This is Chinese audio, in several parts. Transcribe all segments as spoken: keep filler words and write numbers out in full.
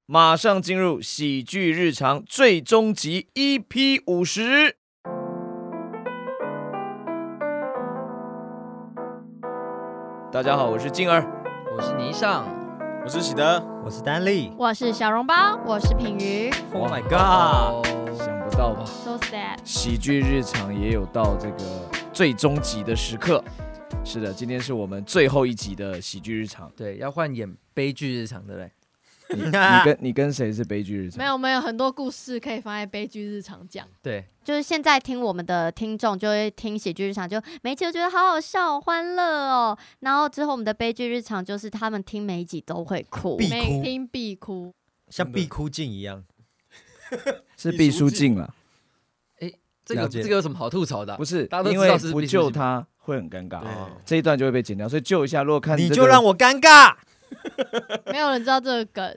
马上进入喜剧日常最终集 E P 五十。大家好，我是静儿， 我是倪尚， 我是喜德， 我是丹力， 我是小笼包，我是品瑜。 Oh my god！ 想不到吧 ？So sad。 喜剧日常也有到这个最终集的时刻。是的，今天是我们最后一集的喜剧日常。 对，要换演悲剧日常，对不对？ 你, 你跟你跟谁是悲剧日常？ 没有没有，很多故事可以放在悲剧日常讲。 对， 就是现在听我们的听众就会听喜剧日常，就每一集都觉得好好笑、好欢乐哦。然后之后我们的悲剧日常就是他们听每一集都会哭， 必哭每听必哭， 像必哭镜一样， 是毕书尽了。 哎，这个这个有什么好吐槽的、啊？ 不是， 大家都因为知道是不救他会很尴尬，这一段就会被剪掉，所以救一下。如果看、这个、 你就让我尴尬。 没有人知道这个梗。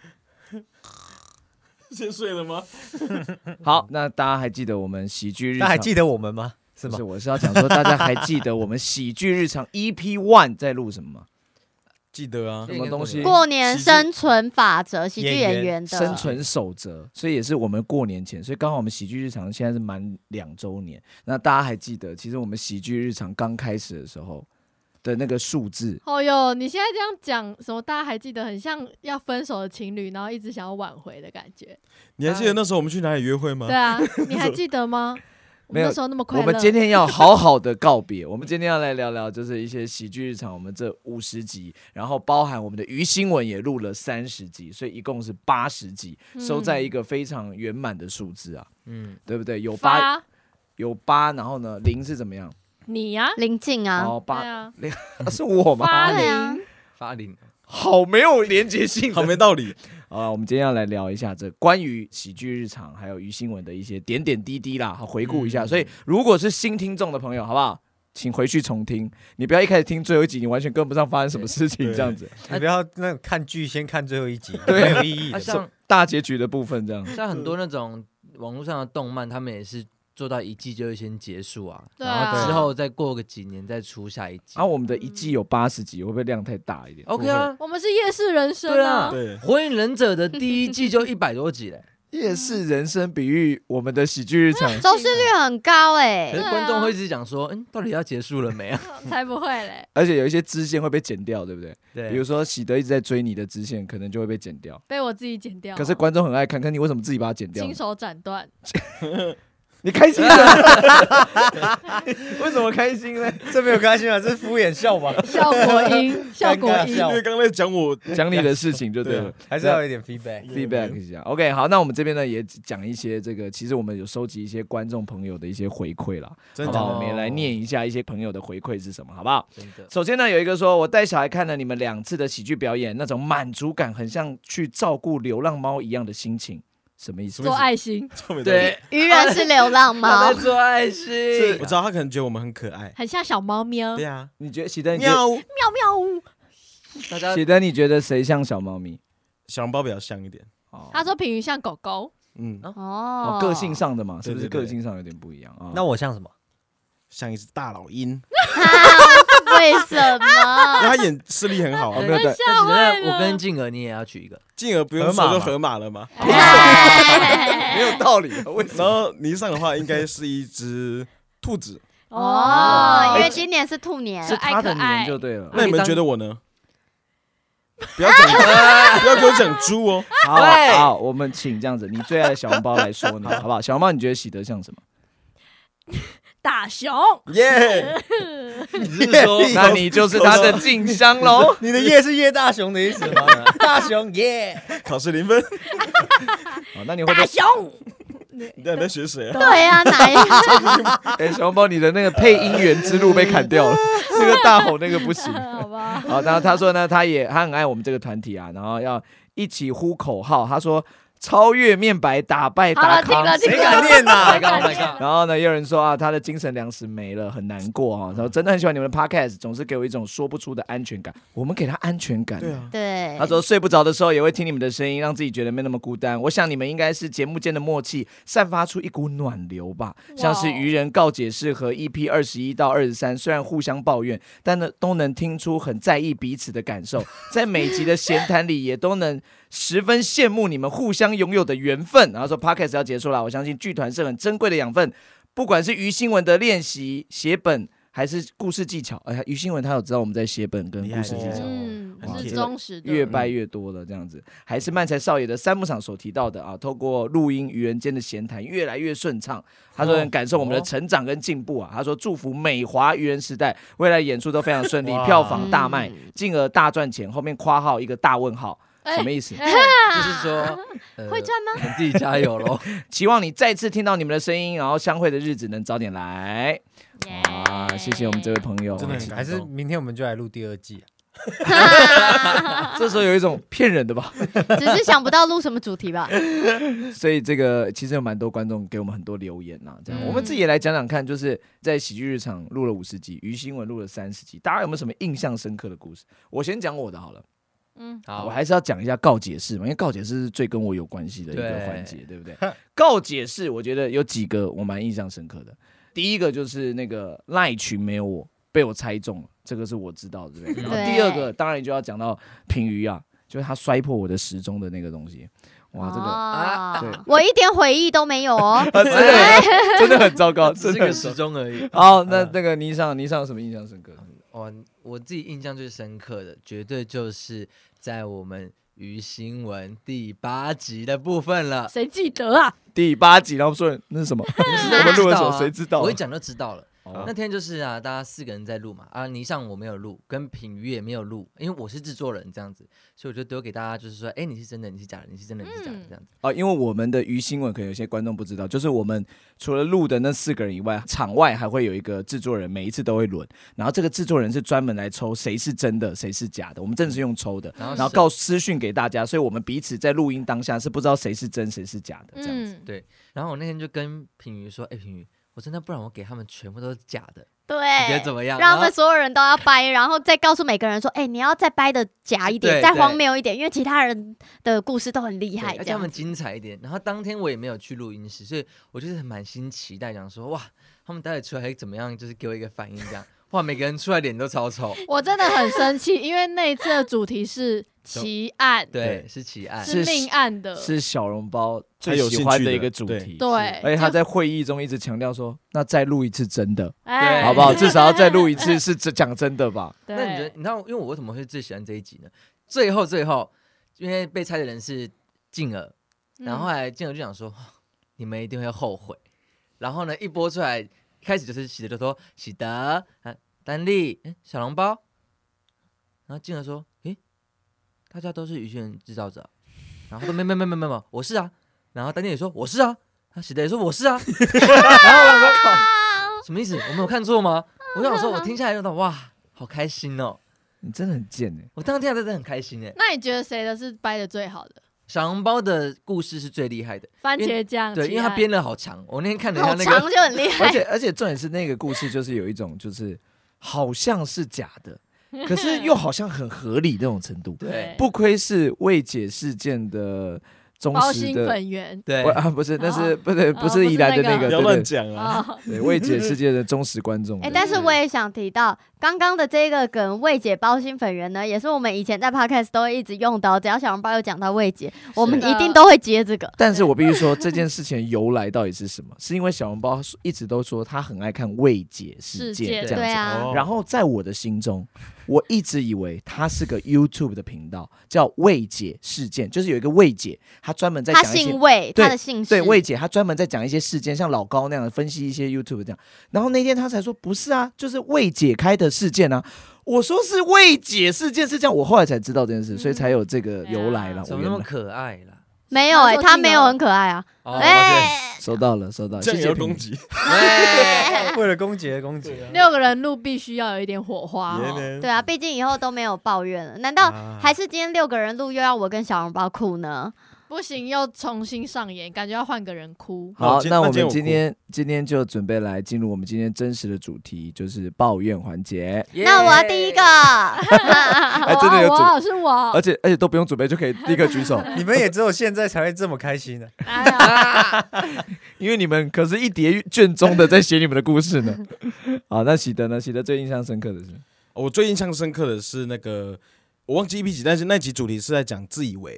先睡了吗？ 好，那大家还记得我们喜剧日常？ 大家还记得我们吗？是吗？ 不是，我是要讲说，大家还记得我们喜剧日常 E P 一 在录什么吗？ 记得啊， 什么东西？ 过年生存法则，喜剧演员的生存守则，所以也是我们过年前，所以刚好我们喜剧日常现在是满两周年。那大家还记得，其实我们喜剧日常刚开始的时候的那个数字？ 哦哟，你现在这样讲，什么大家还记得，很像要分手的情侣，然后一直想要挽回的感觉。 你还记得那时候我们去哪里约会吗？ 对啊，你还记得吗？ 没有， 那时候那么快乐。 我们今天要好好的告别。我们今天要来聊聊，就是一些喜剧日常，我们这五十集，然后包含我们的鱼新闻也录了三十集，所以一共是八十集，收在一个非常圆满的数字啊，嗯，对不对？有八，有八，然后呢，零是怎么样？ 你呀、啊， 林静啊， 哦，八， 啊、 是我吗？ 发零， 发零， 好没有连结性， 好没道理。 好，我们今天要来聊一下这关于喜剧日常还有鱼新闻的一些点点滴滴啦，好回顾一下。嗯、所以如果是新听众的朋友，好不好？请回去重听，你不要一开始听最后一集，你完全跟不上发生什么事情这样子。 你不要那看剧先看最后一集， 对， 没有意义的。 像大结局的部分这样。 像很多那种网络上的动漫，他们也是做到一季就会先结束啊， 啊然后之后再过个几年再出下一季。 然后、啊、我们的一季有八十集，会不会量太大一点 ？OK 啊， 我们是夜市人生啊。 对啊，火影忍者的第一季就一百多集嘞。 夜市人生比喻我们的喜剧日常收视率很高哎、 欸，可是观众会一直讲说，嗯，到底要结束了没啊？ 才不会嘞！ 而且有一些支线会被剪掉，对不对？ 对， 比如说喜德一直在追你的支线，可能就会被剪掉， 被我自己剪掉。 可是观众很爱看，看你为什么自己把它剪掉？ 亲手斩断。 你开心了？为什么开心呢？ 这没有开心啊，这是敷衍笑吧？ 效果音，效果音。 因为刚才讲我讲你的事情就对了， 还是要有一点 feedback，feedback feedback 一下。OK， 好，那我们这边呢也讲一些这个，其实我们有收集一些观众朋友的一些回馈啦， 真的， 好不好？我们也来念一下一些朋友的回馈是什么，好不好？ 真的。 首先呢，有一个说我带小孩看了你们两次的喜剧表演，那种满足感很像去照顾流浪猫一样的心情。什么意思？ 做爱心， 对， 愚人是流浪猫， 他在做爱心。 我知道他可能觉得我们很可爱， 很像小猫咪。 对啊， 你觉得喜德？ 喵喵喵。 大家喜德，你觉得谁像小猫咪？ 小笼包比较像一点。 哦、他说品瑜像狗狗。 嗯， 哦， 哦，个性上的嘛，是不是个性上有点不一样啊？ 那我像什么？ 像一只大老鹰。 为什么？ 因为他演视力很好啊， 没有的。 那我跟静儿，你也要取一个。 静儿不用说就河马了吗？ 没有道理。 然后倪尚的话应该是一只兔子。 哦，因为今年是兔年， 是他的年就对了。 那你们觉得我呢？不要讲，不要给我讲猪哦。 好，好，我们请这样子，你最爱的小笼包来说呢，好不好？小笼包，你觉得喜德像什么？ 大熊耶！ 你是说， 那你就是他的静香喽？ 你的耶是叶大雄的意思吗？大雄耶， 考试零分。 好，那你会大熊？ 你在在学谁啊？ 对啊，哪一个？ 哎，小笼包，你的那个配音员之路被砍掉了，那个大吼那个不行。 好吧。 好，然后他说呢，他也他很爱我们这个团体啊，然后要一起呼口号。他说。超越面白，打败达康， 谁敢念呐？ 然后呢，也有人说啊，他的精神粮食没了，很难过啊。然后真的很喜欢你们的 podcast， 总是给我一种说不出的安全感。我们给他安全感。 对啊， 对。 他说睡不着的时候也会听你们的声音，让自己觉得没那么孤单。我想你们应该是节目间的默契，散发出一股暖流吧。像是愚人告解室和 E P 二十一到二十三，虽然互相抱怨，但呢都能听出很在意彼此的感受，在每集的闲谈里也都能十分羡慕你们互相拥有的缘分。然后说 Podcast 要结束了，我相信剧团是很珍贵的养分，不管是于新闻的练习、写本，还是故事技巧。哎呀，于新闻他有知道我们在写本跟故事技巧。 嗯， 哇是忠实的， 越掰越多了，这样子，还是漫才少爷的三幕场所提到的啊，透过录音与人间的闲谈越来越顺畅。他说很感受我们的成长跟进步啊。他说祝福美华愚人时代未来演出都非常顺利，票房大卖，进而大赚钱。后面括号一个大问号，什么意思？ 哎就是说、呃、 会赚吗？ 你自己加油喽！ 期望你再次听到你们的声音，然后相会的日子能早点来。哇，谢谢我们这位朋友， 真的很感还是动。 明天我们就来录第二季、啊。 这时候有一种骗人的吧。 只是想不到录什么主题吧。 所以这个其实有蛮多观众给我们很多留言呐、啊，这样、 嗯我们自己也来讲讲看，就是在喜剧日常录了五十集，于新闻录了三十集，大家有没有什么印象深刻的故事？我先讲我的好了。 嗯， 好， 我还是要讲一下告解室嘛，因为告解室是最跟我有关系的一个对环节，对不对？告解室我觉得有几个我蛮印象深刻的。第一个就是那个赖群没有我，被我猜中了，这个是我知道的，对不对？然后对第二个当然就要讲到品瑜啊，就是他摔破我的时钟的那个东西，哇，这个、 哦对我一点回忆都没有哦。 真的真的很糟糕， 只真的很是个时钟而已。 好，那那个倪尚，倪尚有什么印象深刻的？ 哇，我自己印象最深刻的，绝对就是在我们于新闻第八集的部分了。 谁记得啊？ 第八集，然后说那是什么？我们录的时候谁知道啊？ 我一讲就知道了。 哦那天就是啊，大家四个人在录嘛，啊，倪尚我没有录，跟品瑜也没有录，因为我是制作人这样子，所以我就丢给大家，就是说，哎，你是真的，你是假的，你是真的，你是假的，这样子。 哦，因为我们的于新闻可能有些观众不知道，就是我们除了录的那四个人以外，场外还会有一个制作人，每一次都会轮，然后这个制作人是专门来抽谁是真的，谁是假的，我们真的是用抽的， 然后然后告私讯给大家，所以我们彼此在录音当下是不知道谁是真谁是假的这样子。 嗯， 对，然后我那天就跟品瑜说，哎，品瑜，我真的不然我给他们全部都是假的， 对， 你觉得怎么样？ 让他们所有人都要掰，然后再告诉每个人说，哎、你要再掰的假一点， 对再荒谬一点，因为其他人的故事都很厉害， 对而且他们这样子。 精彩一点。然后当天我也没有去录音室，所以我就是满心期待，想说哇，他们待会出来怎么样，就是给我一个反应这样。哇，每个人出来脸都超丑。 我真的很生气，因为那一次的主题是奇案， 对，是奇案。 是命案的， 是小笼包最最有喜欢的一兴趣的个主题， 对， 而且他就在会议中一直强调说，那再录一次真的， 哎， 好不好？至少要再录一次是讲真的吧？ 对？ 那你觉得，你知道，因为我为什么会最喜欢这一集呢？最后最后，因为被猜的人是静儿， 嗯然后后来静儿就讲说，哦你们一定会后悔。然后呢，一播出来，一开始就是喜德就说喜德啊，丹丽，哎，小笼包。然后静儿说，诶，大家都是鱼线制造者。然后说没没没没没没，我是啊。然后丹丽也说我是啊。他喜德也说我是啊。然后我说靠，什么意思？我没有看错吗？我就想说，我听下来就说哇，好开心哦。 你真的很贱哎！ 我当天真的很开心哎。 那你觉得谁的是掰的最好的？ 小笼包的故事是最厉害的， 番茄酱， 对，因为他编的好长，我那天看了一好下那个， 长就很厉害， 而且而且重点是那个故事就是有一种就是好像是假的，可是又好像很合理那种程度。 对不愧是未解事件的忠包心实的。 粉圆对不，啊，不是，那是哦不对，不是宜兰的那个， 不要对对乱讲啊！ 啊， 对，未解事件的忠实观众。 哎、 对但是我也想提到，刚刚的这个梗“未解包心粉圆”呢，也是我们以前在 podcast 都会一直用到，只要小笼包有讲到未解，我们一定都会接这个。 但是我必须说，这件事情的由来到底是什么？是因为小笼包一直都说他很爱看未解事事件件这样子。 对啊， 哦然后在我的心中，我一直以为它是个 YouTube 的频道，叫未解事件，就是有一个未解，他专门在他讲一些姓魏， 对他的姓氏对魏姐，她专门在讲一些事件，像老高那样的分析一些 YouTube 这样。然后那天他才说不是啊，就是未解开的事件啊。我说是未解事件是这样，我后来才知道这件事， 嗯所以才有这个由来了。 对啊怎么那么我原来可爱啦？ 没有哎、 他说进了他没有很可爱啊。 哦， 哎、 收到了，收到了， 这样也谢谢评要攻击， 为了攻击而攻击啊！ 六个人录必须要有一点火花哦。 耶呢对啊，毕竟以后都没有抱怨了，难道啊还是今天六个人录又要我跟小笼包哭呢？ 不行，又重新上演，感觉要换个人哭。 好， 今那我们那今天我哭今天今天就准备来进入我们今天真实的主题，就是抱怨环节。 那我要第一个， 哎，真的有准， 我是我而，且而且都不用准备就可以立刻举手， 你们也只有现在才会这么开心呢、 哎呀， 因为你们可是一叠卷宗的在写你们的故事呢。好，那喜德呢？喜德最印象深刻的是， 我最印象深刻的是那个，我忘记一批几，但是那集主题是在讲自以为，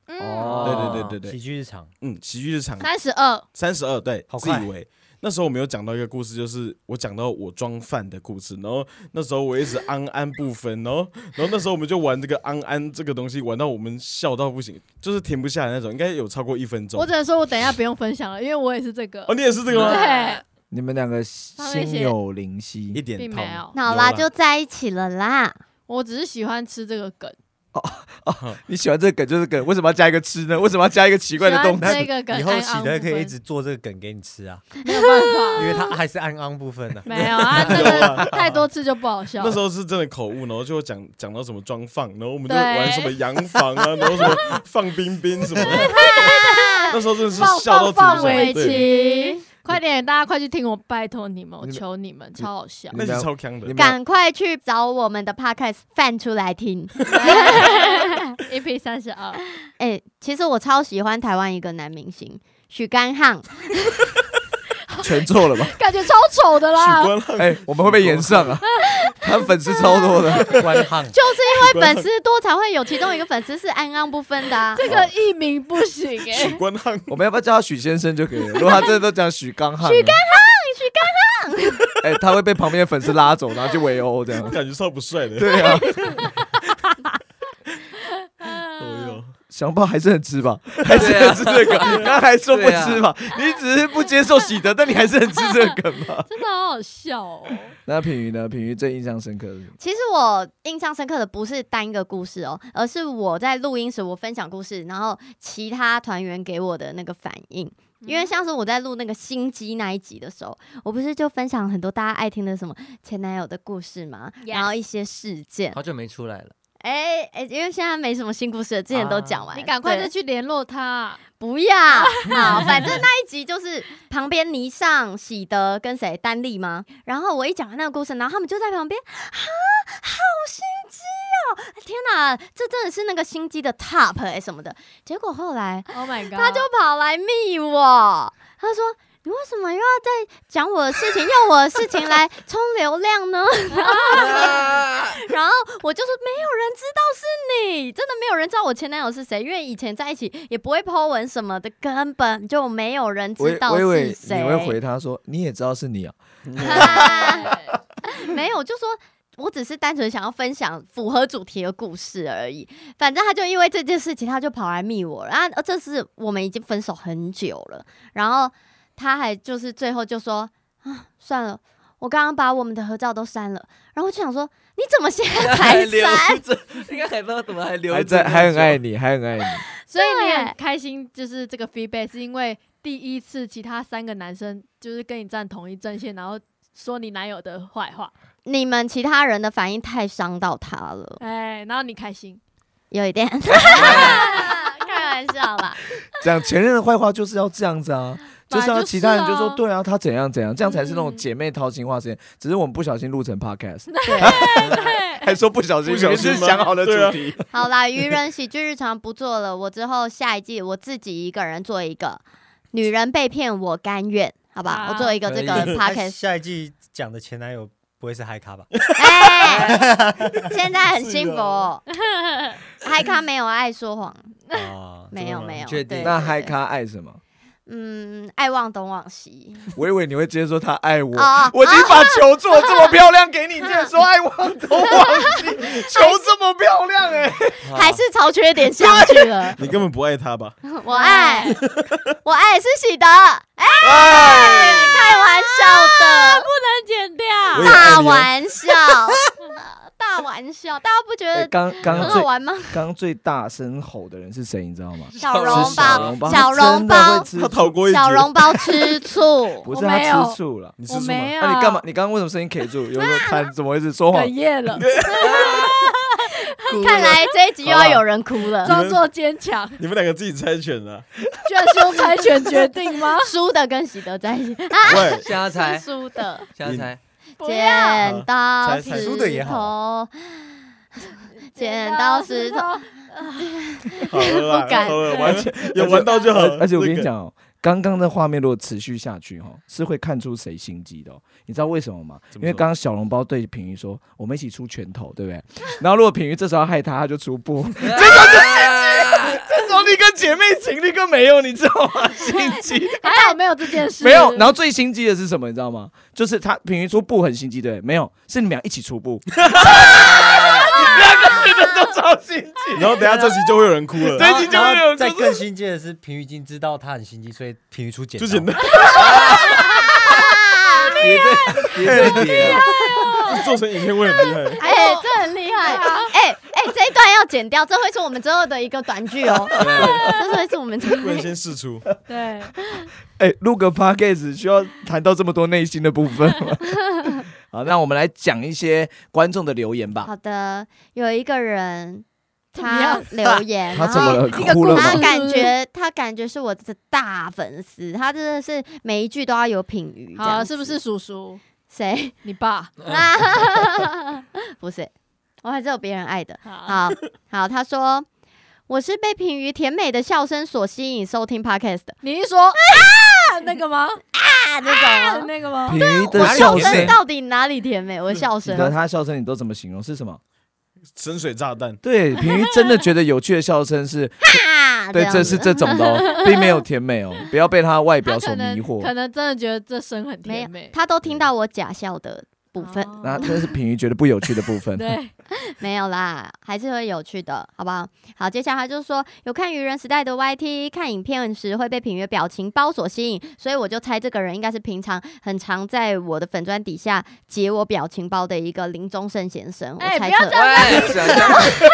哦， 对对对对对， 喜剧日常， 嗯，喜剧日常三十二， 三十二，对， 好快自以为。那时候我们有讲到一个故事，就是我讲到我装饭的故事，然后那时候我一直安安不分，然后然后那时候我们就玩这个安安这个东西，玩到我们笑到不行，就是停不下来那种，应该有超过一分钟我。只能说我等一下不用分享了，因为我也是这个。 哦，你也是这个吗？ 对， 你们两个心有灵一犀。 点痛并没有好啦， 有啦就在一起了啦。 我只是喜欢吃这个梗， 你喜欢这个梗就是梗，为什么要加一个吃呢？为什么要加一个奇怪的动喜欢词？ 这个梗， 以后喜安昂不分德可以一直做这个梗给你吃啊， 没有办法， 因为他还是安安不分的。 没有啊，真的太多次就不好笑了。 那时候是真的口误，然后就讲讲到什么装放，然后我们就对玩什么洋房啊，然后什么放冰冰什么的。那时候真的是放笑到放放停不下来尾对， 期，快点，大家快去听我，拜托你们，我求你们，超好笑。 那集超强的你。们赶快去找我们的 podcast 翻出来听。 E P 三十二， 哎、其实我超喜欢台湾一个男明星许干汉， 全错了吧？ 感觉超丑的许啦。 光汉哎，我们会不会延上啊？他粉丝超多的。 关汉就是因为粉丝多才会有其中一个粉丝是安安不分的、啊。 这个艺名不行许哎， 光汉， 我们要不要叫他许先生就可以了？如果他真的都讲许刚汉，许刚汉，许刚汉，哎，他会被旁边的粉丝拉走，然后就围殴这样。 感觉超不帅的。 对啊， 哎呦， 小笼包还是很吃吧？还是很吃这个。刚刚还说不吃嘛？你只是不接受喜德，但你还是很吃这个梗嘛？ 真的好好笑哦。 那品瑜呢？品瑜最印象深刻的是什么？ 其实我印象深刻的不是单一个故事哦，而是我在录音时我分享故事，然后其他团员给我的那个反应。因为像是我在录那个心机那一集的时候，我不是就分享很多大家爱听的什么前男友的故事嘛 Yes 然后一些事件。 好久没出来了。 哎哎、因为现在没什么新故事了，之前都讲完。 你赶快对再去联络他。 不要好，反正那一集就是旁边倪尚、喜德跟谁丹丽吗？然后我一讲完那个故事，然后他们就在旁边，哈，好心机哦！天哪，这真的是那个心机的 top 哎、什么的。结果后来 Oh my god！ 他就跑来密我，他说。你为什么又要再讲我的事情，用我的事情来冲流量呢？然后我就说没有人知道是你，真的没有人知道我前男友是谁，因为以前在一起也不会 po 文什么的，根本就没有人我知道我以为是谁。 你会回他说，你也知道是你啊？ 没有，就说我只是单纯想要分享符合主题的故事而已。反正他就因为这件事情，他就跑来密我，然后这是我们已经分手很久了，然后他还就是最后就说啊，算了。我刚刚把我们的合照都删了，然后我就想说，你怎么现在才留删？ 着，应该还不知道怎么还留着， 还在，还很爱你，还很爱你。 所以你对很开心，就是这个 feedback 是因为第一次其他三个男生就是跟你站同一阵线，然后说你男友的坏话， 你们其他人的反应太伤到他了， 哎，然后你开心， 有一点开玩笑啦。 讲前任的坏话就是要这样子啊。就是要其他人就说啊对啊，他怎样怎样，这样才是那种嗯姐妹掏心话时间。只是我们不小心录成 podcast， 对， 还说不小心， 不小心吗明明是想好的主对啊题。 好啦，愚人喜剧日常不做了，我之后下一季我自己一个人做一个女人被骗我甘愿，好吧？ 好我做一个这个可以 podcast。 下一季讲的前男友不会是嗨咖吧？ 哎，现在很幸福哦，嗨咖没有爱说谎， 啊， 没有没有， 确定对对对那嗨咖爱什么？ 嗯，爱忘东忘西。 我以为你会直接说他爱我， 哦我已经把球做得这么漂亮给你，你竟然说爱忘东忘西，球这么漂亮哎、 还是朝缺点想去了。 你根本不爱他吧？ 我爱，我爱是喜德，哎， 哎， 开玩笑的， 不能剪掉我。也爱大你啊玩笑，大玩笑，大家不觉哎得刚刚很好最玩吗？ 刚刚最大声吼的人是谁？你知道吗？ 小容是包笼包， 小笼他真的会包吃他逃过一劫。 小笼包吃醋， 不是他我没有吃醋了。 我你吃醋吗？ 没有， 那、你干嘛？你刚刚为什么声音 K 住？有没有看怎么回事？说谎哽？咽了， 看来这一集又要有人哭了。 装作坚强， 你们两个自己猜拳啊？ 居然是用猜拳决定吗？ 输的跟喜德在一起， 喂， 现在猜， 是输的。 现在猜， 不要， 剪刀猜猜输的也石好头，剪刀石头， 好了啦， 不敢好了，玩有玩到就好了。 而且我跟你这个， 讲哦，刚刚的画面如果持续下去哈，是会看出谁心机的哦。你知道为什么吗？ 怎么说因为刚刚小笼包对品瑜说，我们一起出拳头，对不对？然后如果品瑜这时候要害他，他就出布，这时候你你跟姐妹情那个没有，你知道吗？心机还好没有这件事。 没有，然后最心机的是什么？你知道吗？就是他平鱼出布很心机，对，没有，是你们俩一起出布，两个女的都超心机。 然后等一下这集就会有人哭了， 这一集就会有人哭。 再更心机的是，平鱼已经知道他很心机，所以平鱼出剪刀。 就简单， 叠对叠对叠， 做成影片会很厉害。 哎，这很厉害！哎哎，这一段要剪掉，这会是我们之后的一个短剧哦。这会是我们之后不能先试出。 对， 哎，录个 podcast 需要谈到这么多内心的部分吗？好，那我们来讲一些观众的留言吧。 好的，有一个人他怎么样留言， 他怎么了？ 一个哭了吗故事？ 他感觉他感觉是我的大粉丝，他真的是每一句都要有品语，这好， 样是不是叔叔？ 谁？ 你爸？ 啊，不是，我还是有别人爱的。 好， 好好，他说我是被品鱼甜美的笑声所吸引收听 podcast 的你一说啊那个吗？ 啊，这啊种那个吗？ 平鱼的我笑声笑声， 到底哪里甜美？我笑声你的他笑声你都怎么形容？是什么？ 深水炸弹， 对，平鱼真的觉得有趣的笑声是， 哈， 对， 样子这是这种的哦，并没有甜美哦，不要被他外表所他可能迷惑。 可能真的觉得这声很没有甜美，。 他都听到我假笑的部分， 哦那这是平鱼觉得不有趣的部分。 对， 没有啦，还是会有趣的，好不好？好，接下来他就说有看愚人时代的 Y T， 看影片时会被品鱼表情包所吸引，所以我就猜这个人应该是平常很常在我的粉砖底下截我表情包的一个林宗盛先生。我猜测哎不要这，样喂，想象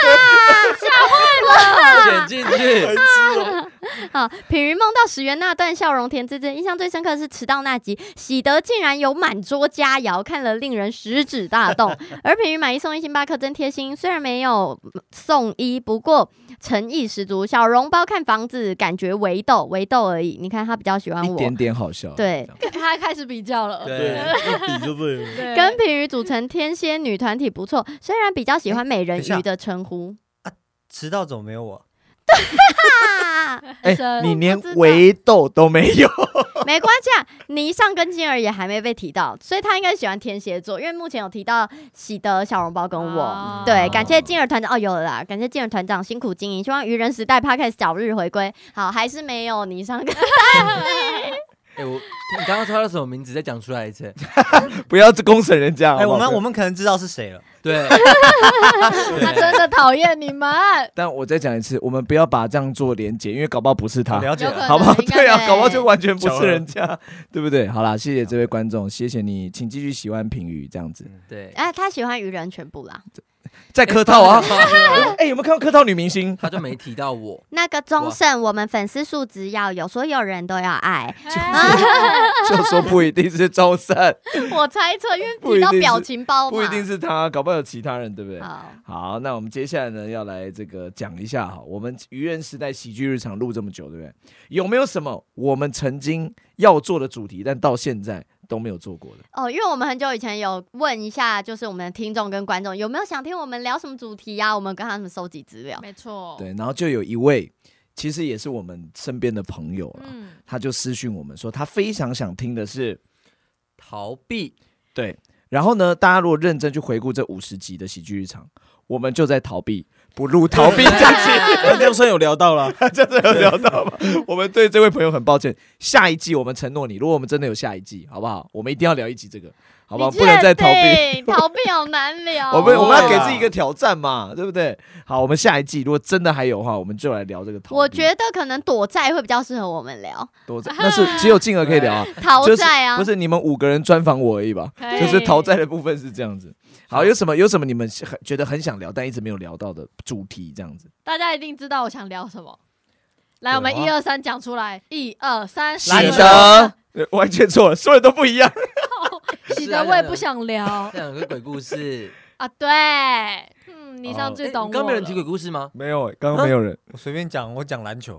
剪进去， 好，品鱼梦到石原那段笑容甜滋滋，印象最深刻的是迟到那集，喜德竟然有满桌佳肴，看了令人食指大动。而品鱼买一送一星巴克真贴心，虽然没有送一，不过诚意十足。小笼包看房子，感觉围斗围斗而已。你看他比较喜欢我， 一点点好笑。 对， 他开始比较了。 对， 对， 一比就对了。 对， 跟品鱼组成天蝎女团体不错，虽然比较喜欢美人等一下鱼的称呼。 迟到怎么没有我？ 啊哎生， 你连我知道围斗都没有。 没关系啊，倪尚跟金儿也还没被提到，所以他应该喜欢天蝎座，因为目前有提到喜德、小笼包跟我。 哦对，感谢金儿团长哦，有了啦，感谢金儿团长辛苦经营，希望愚人时代 Podcast 早日回归。好，还是没有倪尚跟哎，我你刚刚猜到什么名字？再讲出来一次。 不要公审人家。 哎， 好不好我们我们可能知道是谁了。 对， 他真的讨厌你们。 但我再讲一次，我们不要把这样做连结，因为搞不好不是他我。了解了。 有可能好不好？ 应该对啊， 对搞不好就完全不巧了是人家，对不对？好啦，谢谢这位观众，谢谢你，请继续喜欢评语这样子， 对， 哎，他喜欢愚人全部啦。 再客套啊！哎，有没有看到客套女明星？ 他就没提到我。 那个钟盛，我们粉丝素质要有，所有人都要爱。 就说不一定是周深， 我猜测，因为提到不一定是表情包嘛， 不一定是他，搞不好有其他人，对不对？ 好。 好，那我们接下来呢，要来这个讲一下哈，我们愚人时代喜剧日常录这么久，对不对？有没有什么我们曾经要做的主题，但到现在都没有做过的？ 哦，因为我们很久以前有问一下，就是我们的听众跟观众有没有想听我们聊什么主题呀、啊？我们跟他们收集资料。 没错。 对，然后就有一位，其实也是我们身边的朋友了， 嗯， 他就私讯我们说，他非常想听的是， 逃避， 对，然后呢，大家如果认真去回顾这五十集的喜剧日常，我们就在逃避，不录逃避这集。 那就算有聊到了， 真的有聊到吗？我们对这位朋友很抱歉，下一季我们承诺你，如果我们真的有下一季，好不好？我们一定要聊一集这个，好不好？ 你不能再逃避。 确定，逃避好难聊。 我们我们要给不会啦自己一个挑战嘛，对不对？好，我们下一季如果真的还有的话，我们就来聊这个逃避。 我觉得可能躲债会比较适合我们聊多在那是只有静儿可以聊啊， 逃就是债啊， 不是你们五个人专访我而已吧？ 可以就是逃债的部分是这样子。好，有什么有什么你们很觉得很想聊但一直没有聊到的主题这样子？ 大家一定知道我想聊什么。来， 对我们一二三讲出来。一二三， 喜篮球德，呃完全错了，所有人都不一样。 喜德我也不想聊这两个鬼故事。 啊。对，嗯，你上最哎懂我了。 刚刚没有人提鬼故事吗？ 没有，刚刚没有人。 我随便讲，我讲篮球。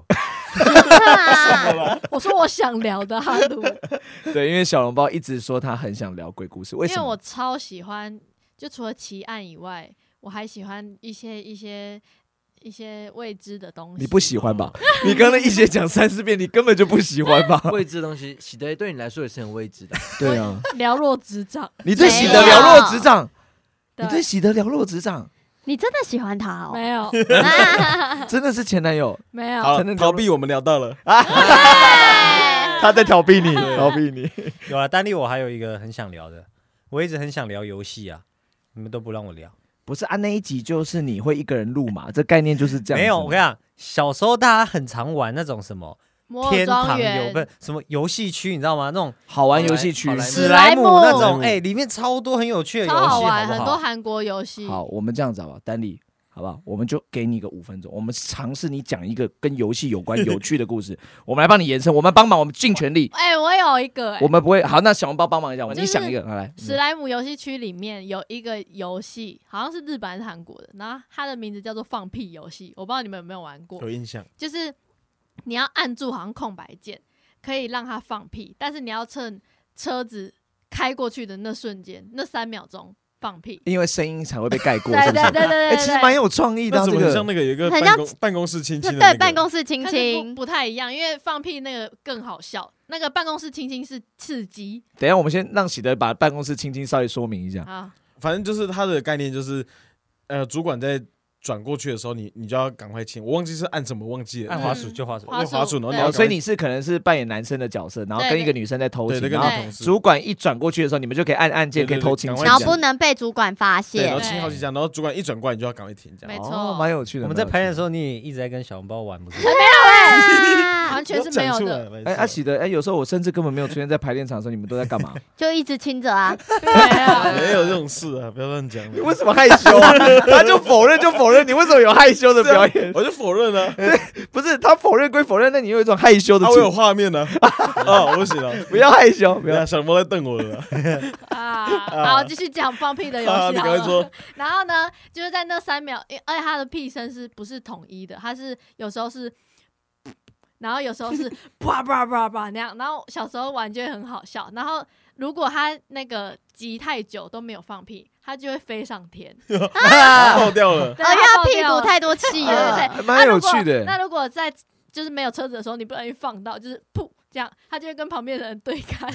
我说我想聊的哈鲁， 对，因为小笼包一直说他很想聊鬼故事，为因为我什么？ 超喜欢，就除了奇案以外，我还喜欢一些一些一些未知的东西。 你不喜欢吧？你刚刚一些讲三四遍，你根本就不喜欢吧？ 未知的东西，喜德对你来说也是很未知的。 对啊， 了若指掌。 你对喜没有德了若指掌，你对对喜德了若指掌。 你真的喜欢他哦？ 没有， 真的是前男友， 没有。 好才能逃避，我们聊到了。 他在逃避你，逃避你。 有啊，丹丽，我还有一个很想聊的，我一直很想聊游戏啊，你们都不让我聊。 不是啊，那一集就是你会一个人录嘛？这概念就是这样。 没有，我跟你讲，小时候大家很常玩那种什么摩尔天堂游， 庄园不是什么游戏区，你知道吗？那种好玩游戏区好。来史莱姆那种， 嗯哎、里面超多很有趣的游戏， 超好玩， 不好很多韩国游戏。 好，我们这样子好不好？丹丽，好不好？我们就给你一个五分钟，我们尝试你讲一个跟游戏有关有趣的故事，我们来帮你延伸，我们帮忙，我们尽全力。 哎、我有一个、哎我们不会好，那小笼包帮忙一下， 就是你想一个，好来。 史莱姆游戏区里面有一个游戏，好像是日本还是韩国的，然后它的名字叫做放屁游戏，我不知道你们有没有玩过， 有印象， 就是你要按住好像空白键，可以让它放屁，但是你要趁车子开过去的那瞬间，那三秒钟放屁。 因为声音才会被盖过， 对是不是？ 对对对对哎，其实蛮有创意的啊， 那怎这个。 么很像那个有一个很办公办公室亲亲的那对， 个办公室亲但是亲不，不太一样，因为放屁那个更好笑。那个办公室亲亲是刺激等一下我们先让喜德把办公室亲亲稍微说明一下。 啊， 反正就是它的概念就是，呃，主管在转过去的时候，你你就要赶快亲。我忘记是按什么忘记了， 按滑鼠就滑鼠， 滑鼠用滑鼠，然后你对哦， 要所以你是可能是扮演男生的角色，然后跟一个女生在偷情， 对对跟然后你同事， 主管一转过去的时候，你们就可以按按键，可以偷亲亲。 对对对赶快然后不能被主管发对，然后现。 亲好几下，然后主管一转过来，你就要赶快停，这样。 没错哦，蛮有趣的。 我们在排练的时候， 候，你也一直在跟小笼包玩，不是？ 啊完全是没有的。 哎，阿喜德，哎，有时候我甚至根本没有出现在排练场的时候，你们都在干嘛？ 就一直亲着啊， 没有， 没有这种事啊，不要乱讲。 你为什么害羞啊？他就否认就否认，你为什么有害羞的表演？ 我就否认了， 不是他否认归否认，那你有一种害羞的啊，我有情， 画面呢，啊，我不行了， 不要害羞，不要不要。小猫在瞪我了， 啊，好，继续讲放屁的游啊， 戏好了。 你赶快说， 然后呢，就是在那三秒，因而且它的屁声是不是统一的？它是有时候是，然后有时候是啪啪啪啪那样。然后小时候玩就会很好笑。然后如果它那个急太久都没有放屁，它就会飞上天。 爆掉了， 对哦，因为他屁它爆掉股太多气对了。 对对， 还蛮有趣那如果的。 那如果在就是没有车子的时候，你不小心放到，就是噗这样，它就会跟旁边的人对看，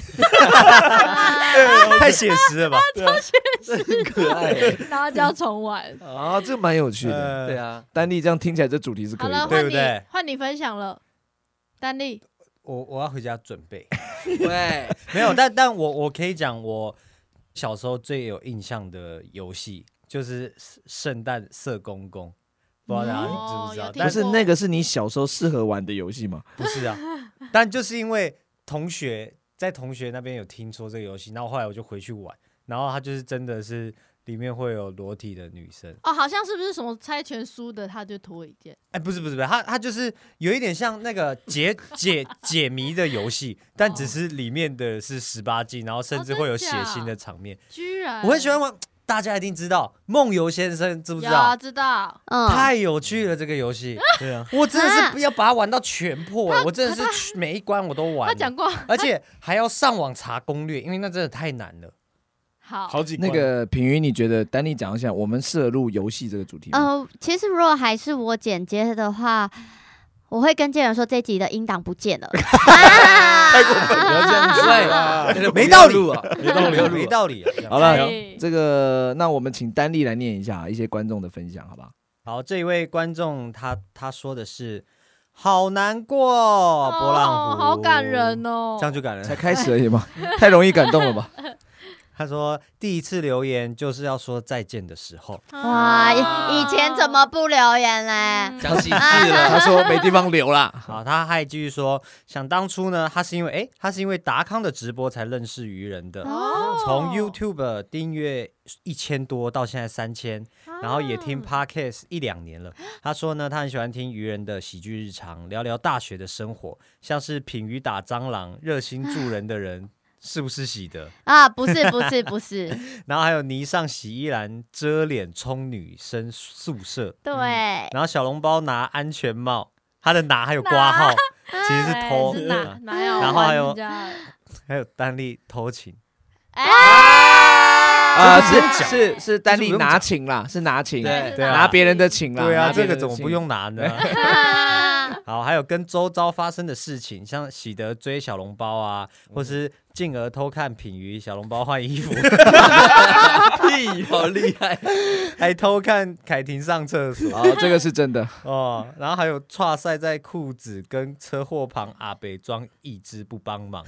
太写实了吧？ 很可爱耶。 然后就要重玩。 啊，这蛮有趣的。 呃对啊， 丹丽这样听起来，这主题是可好了， 以的。 换你对不对换你分享了，丹丽。 我我要回家准备， 喂， 没有，但但我我可以讲，我小时候最有印象的游戏就是圣诞色公公，不知道大家知不知道？ 哦有听但不是那个是你小时候适合玩的游戏吗？ 不是啊，但就是因为同学在同学那边有听说这个游戏，然后后来我就回去玩，然后它就是真的是里面会有裸体的女生。 哦，好像是不是什么猜拳输的他就脱一件？ 哎，不是不是不是，它它就是有一点像那个解解解谜的游戏，但只是里面的是十八禁，然后甚至会有血腥的场面。 居然我很喜欢玩，大家一定知道梦游先生，知不知有道？ 知道， 嗯， 太有趣了，这个游戏， 对啊， 我真的是要把它玩到全破、欸，我真的是每一关我都玩了， 他讲过而且还要上网查攻略，因为那真的太难了。 好， 好几关那个品瑜，你觉得丹丽讲一下，我们适合录游戏这个主题吗？ 呃，其实如果还是我剪接的话，我会跟建人说这集的音档不见了。太过不要这样子啊， 没道理啊， 没道理， 没道理、啊。 好了哎， 这个那我们请丹丽来念一下一些观众的分享，好不好？ 好，这一位观众他他说的是好难过，波浪哦， 湖， 好感人哦， 这样就感人才。开始而已嘛，太容易感动了吧？ 他说第一次留言就是要说再见的时候， 哇，以以前怎么不留言嘞？ 讲几次了？ 他说没地方留啦。 好，他还继续说，想当初呢，他是因为哎，他是因为达康的直播才认识愚人的， 哦从 YouTube 订阅一千多到现在三千，然后也听 Podcast 一两年了。他说呢，他很喜欢听愚人的喜剧日常，聊聊大学的生活，像是品鱼打蟑螂、热心助人的人。是不是喜德？ 啊，不是不是不是， 然后还有泥上洗衣篮遮脸冲女生宿舍， 对， 然后小笼包拿安全帽，他的拿还有挂号，其实是哎偷。 是哪哪有？ 然后还有家还有丹丽偷情， 哎， 啊， 这不用讲是是是，丹丽这不用讲拿琴啦，是拿琴， 对对啊拿别人的琴啦。 对啊， 拿别人的琴这个怎么不？用拿呢？ 啊好，还有跟周遭发生的事情，像喜德追小笼包啊，或是进而偷看品瑜小笼包换衣服， 屁，好厉害！ 还偷看凯婷上厕所啊，这个是真的。 哦。然后还有岔赛在裤子跟车祸旁阿北装义肢不帮忙，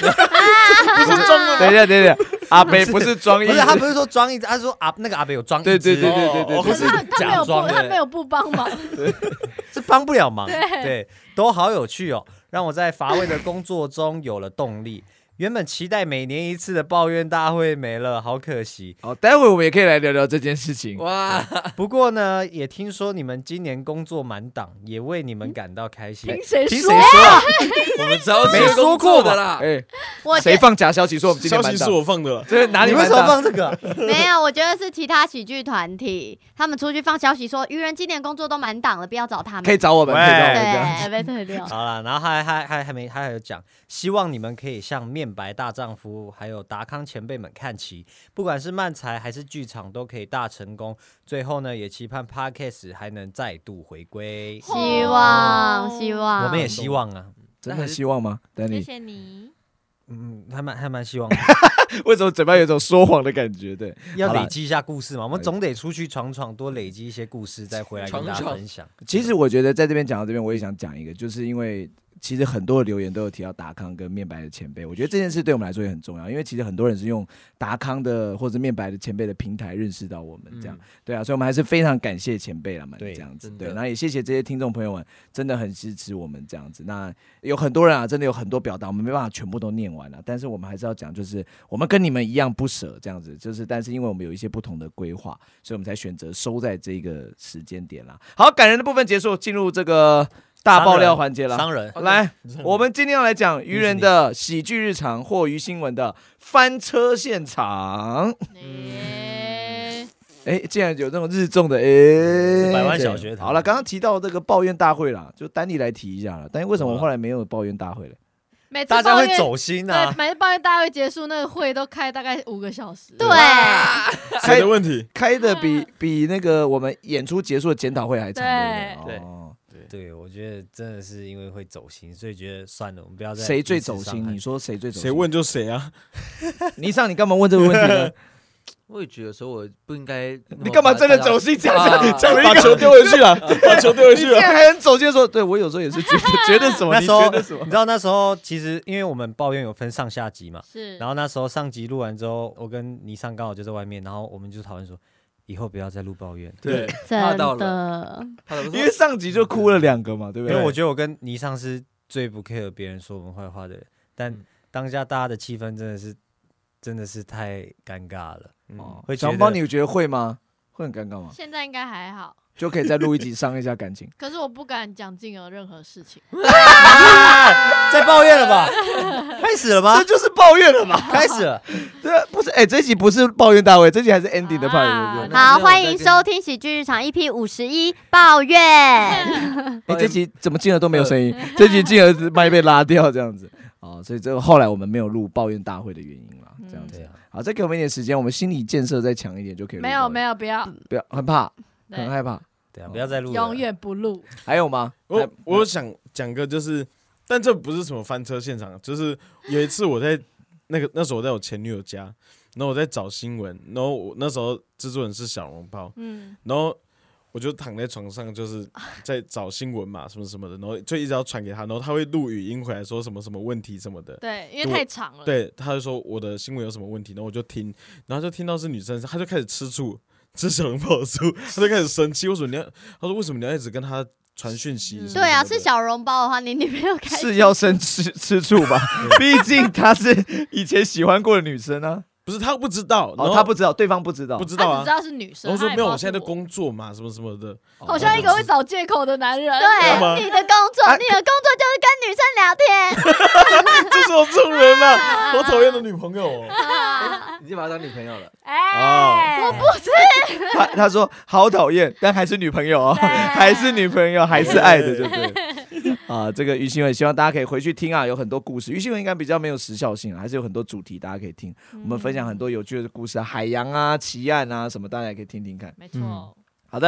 等一下，等一下，阿北不是装义肢， 不是他不是说装义肢，他是说阿那个阿北有装义对肢， 对对对对对， 不是他他没有不假装的， 他没有不帮忙， 是帮不了忙。 对对，都好有趣哦，让我在乏味的工作中有了动力。原本期待每年一次的抱怨大会没了，好可惜。 好，待会我们也可以来聊聊这件事情。 哇， 不过呢，也听说你们今年工作满档，也为你们感到开心。 凭谁听谁说？ 说啊？ 我们超没说过吧的啦。 哎， 我觉谁放假消息说我们今消息是天满档？ 我放的了， 这哪里你为什么满档？ 放这个啊？ 没有，我觉得是其他喜剧团体，他们出去放消息说愚人今年工作都满档了，不要找他们。 可以找我们，可以找我们这样。 对，被退掉。 好了，然后还还还还没还有讲，希望你们可以向面白大丈夫还有达康前辈们看齐，不管是漫才还是剧场都可以大成功。最后呢，也期盼 Podcast 还能再度回归， 希望，希望。 我们也希望啊， 真的希望吗？等谢你， 谢你。 嗯，还蛮还蛮希望的。 为什么嘴巴有一种说谎的感觉？对，好啦要累积一下故事嘛，我们总得出去闯闯，多累积一些故事，再回来跟大家闯闯分享。 其实我觉得在这边讲到这边，我也想讲一个，就是因为其实很多的留言都有提到达康跟面白的前辈，我觉得这件事对我们来说也很重要，因为其实很多人是用达康的或者面白的前辈的平台认识到我们这样， 嗯对啊，所以我们还是非常感谢前辈了嘛， 对这样子， 真的对，然后也谢谢这些听众朋友们，真的很支持我们这样子。那有很多人啊，真的有很多表达，我们没办法全部都念完了，但是我们还是要讲，就是我们跟你们一样不舍这样子，就是但是因为我们有一些不同的规划，所以我们才选择收在这个时间点啦。好，感人的部分结束，进入这个大爆料环节了。 商人， 来，我们今天要来讲愚人的喜剧日常或鱼新闻的翻车现场。 诶哎，竟然有那种日重的哎， 百万小学堂好了，刚刚提到这个抱怨大会啦，就丹尼来提一下了。但是为什么我后来没有抱怨大会了？ 每次大家抱怨会走心对， 啊。 每次抱怨大会结束，那个会都开大概五个小时。 对， 谁的问题？ 开的比比那个我们演出结束的检讨会还长，对不对对？哦， 对，我觉得真的是因为会走心，所以觉得算了，我们不要再谁最彼此走心？ 伤害你说谁最走心？ 谁问就谁啊！ 倪尚，你干嘛问这个问题呢？ 我也觉得说我不应该那么把大家， 你干嘛真的走心？讲啊讲讲了一个把球丢回去了，把球丢回你竟去了。 然还很走心地说，对我有时候也是觉得觉得什么？你那时候觉得什么你？知道那时候其实因为我们抱怨有分上下集嘛， 是， 然后那时候上集录完之后，我跟倪尚刚好就在外面，然后我们就讨论说，以后不要再录抱怨， 对， 真到的。 他的因为上集就哭了两个嘛，对不对？ 因为我觉得我跟倪尚是最不 care 别人说我们坏话的人，但嗯当下大家的气氛真的是真的是太尴尬了， 哦会觉得小帮你觉得会吗？会很尴尬吗？ 现在应该还好， 就可以再录一集伤一下感情。 可是我不敢讲静儿任何事情。 在抱怨了吧？开始了吗这？就是抱怨了嘛？ 开始了， 对啊，不是，哎，这一集不是抱怨大会，这一集还是 ending 的 part， 啊对不对？ 好， 那没有欢迎再跟收听喜剧日常 E P 五十一抱怨。 哎，这集怎么进而都没有声音？这集进而是麦被拉掉这样子。哦，所以这个后来我们没有录抱怨大会的原因啦，这样子。 对啊， 好，再给我们一点时间，我们心理建设再强一点就可以录抱怨。 没有没有，不要， 不要很怕，很对， 害怕。 对啊，不要再录了， 永远不录。 还有吗？ 我还我想讲个就是，但这不是什么翻车现场，就是有一次我在那个那时候我在我前女友家，然后我在找新闻，然后我那时候制作人是小笼包， 嗯， 然后我就躺在床上就是在找新闻嘛，什么什么的，然后就一直要传给他，然后他会录语音回来说什么什么问题什么的。 对，因为太长了。 对，他就说我的新闻有什么问题，然后我就听，然后就听到是女生，他就开始吃醋，吃小笼包的醋，他就开始生气，为什么你要？他说为什么你要一直跟他传讯息？ 嗯什么对啊， 什么的是小笼包的话，你女朋友开是要生吃吃醋吧？毕竟她是以前喜欢过的女生啊。 不是他不知道，然哦， 后他不知道，对方不知道不。知道啊他只知。道是女生。 然后说没有， 他也不知道我现在在是工作嘛，什么什么的。 好像一个会找借口的男人。 干嘛对，你的工作， 啊你的工作就是跟女生聊天。 就是有这种人啊，好讨厌的女朋友哦。 已经把她当女朋友了。 哎，我不是。 他他说好讨厌，但还是女朋友哦，还是女朋友，还是爱的，就对了。啊，这个于新闻希望大家可以回去听啊，有很多故事。于新闻应该比较没有时效性啊，还是有很多主题大家可以听。我们分享很多有趣的故事啊，海洋啊、奇案啊什么，大家也可以听听看。 没错。 好的，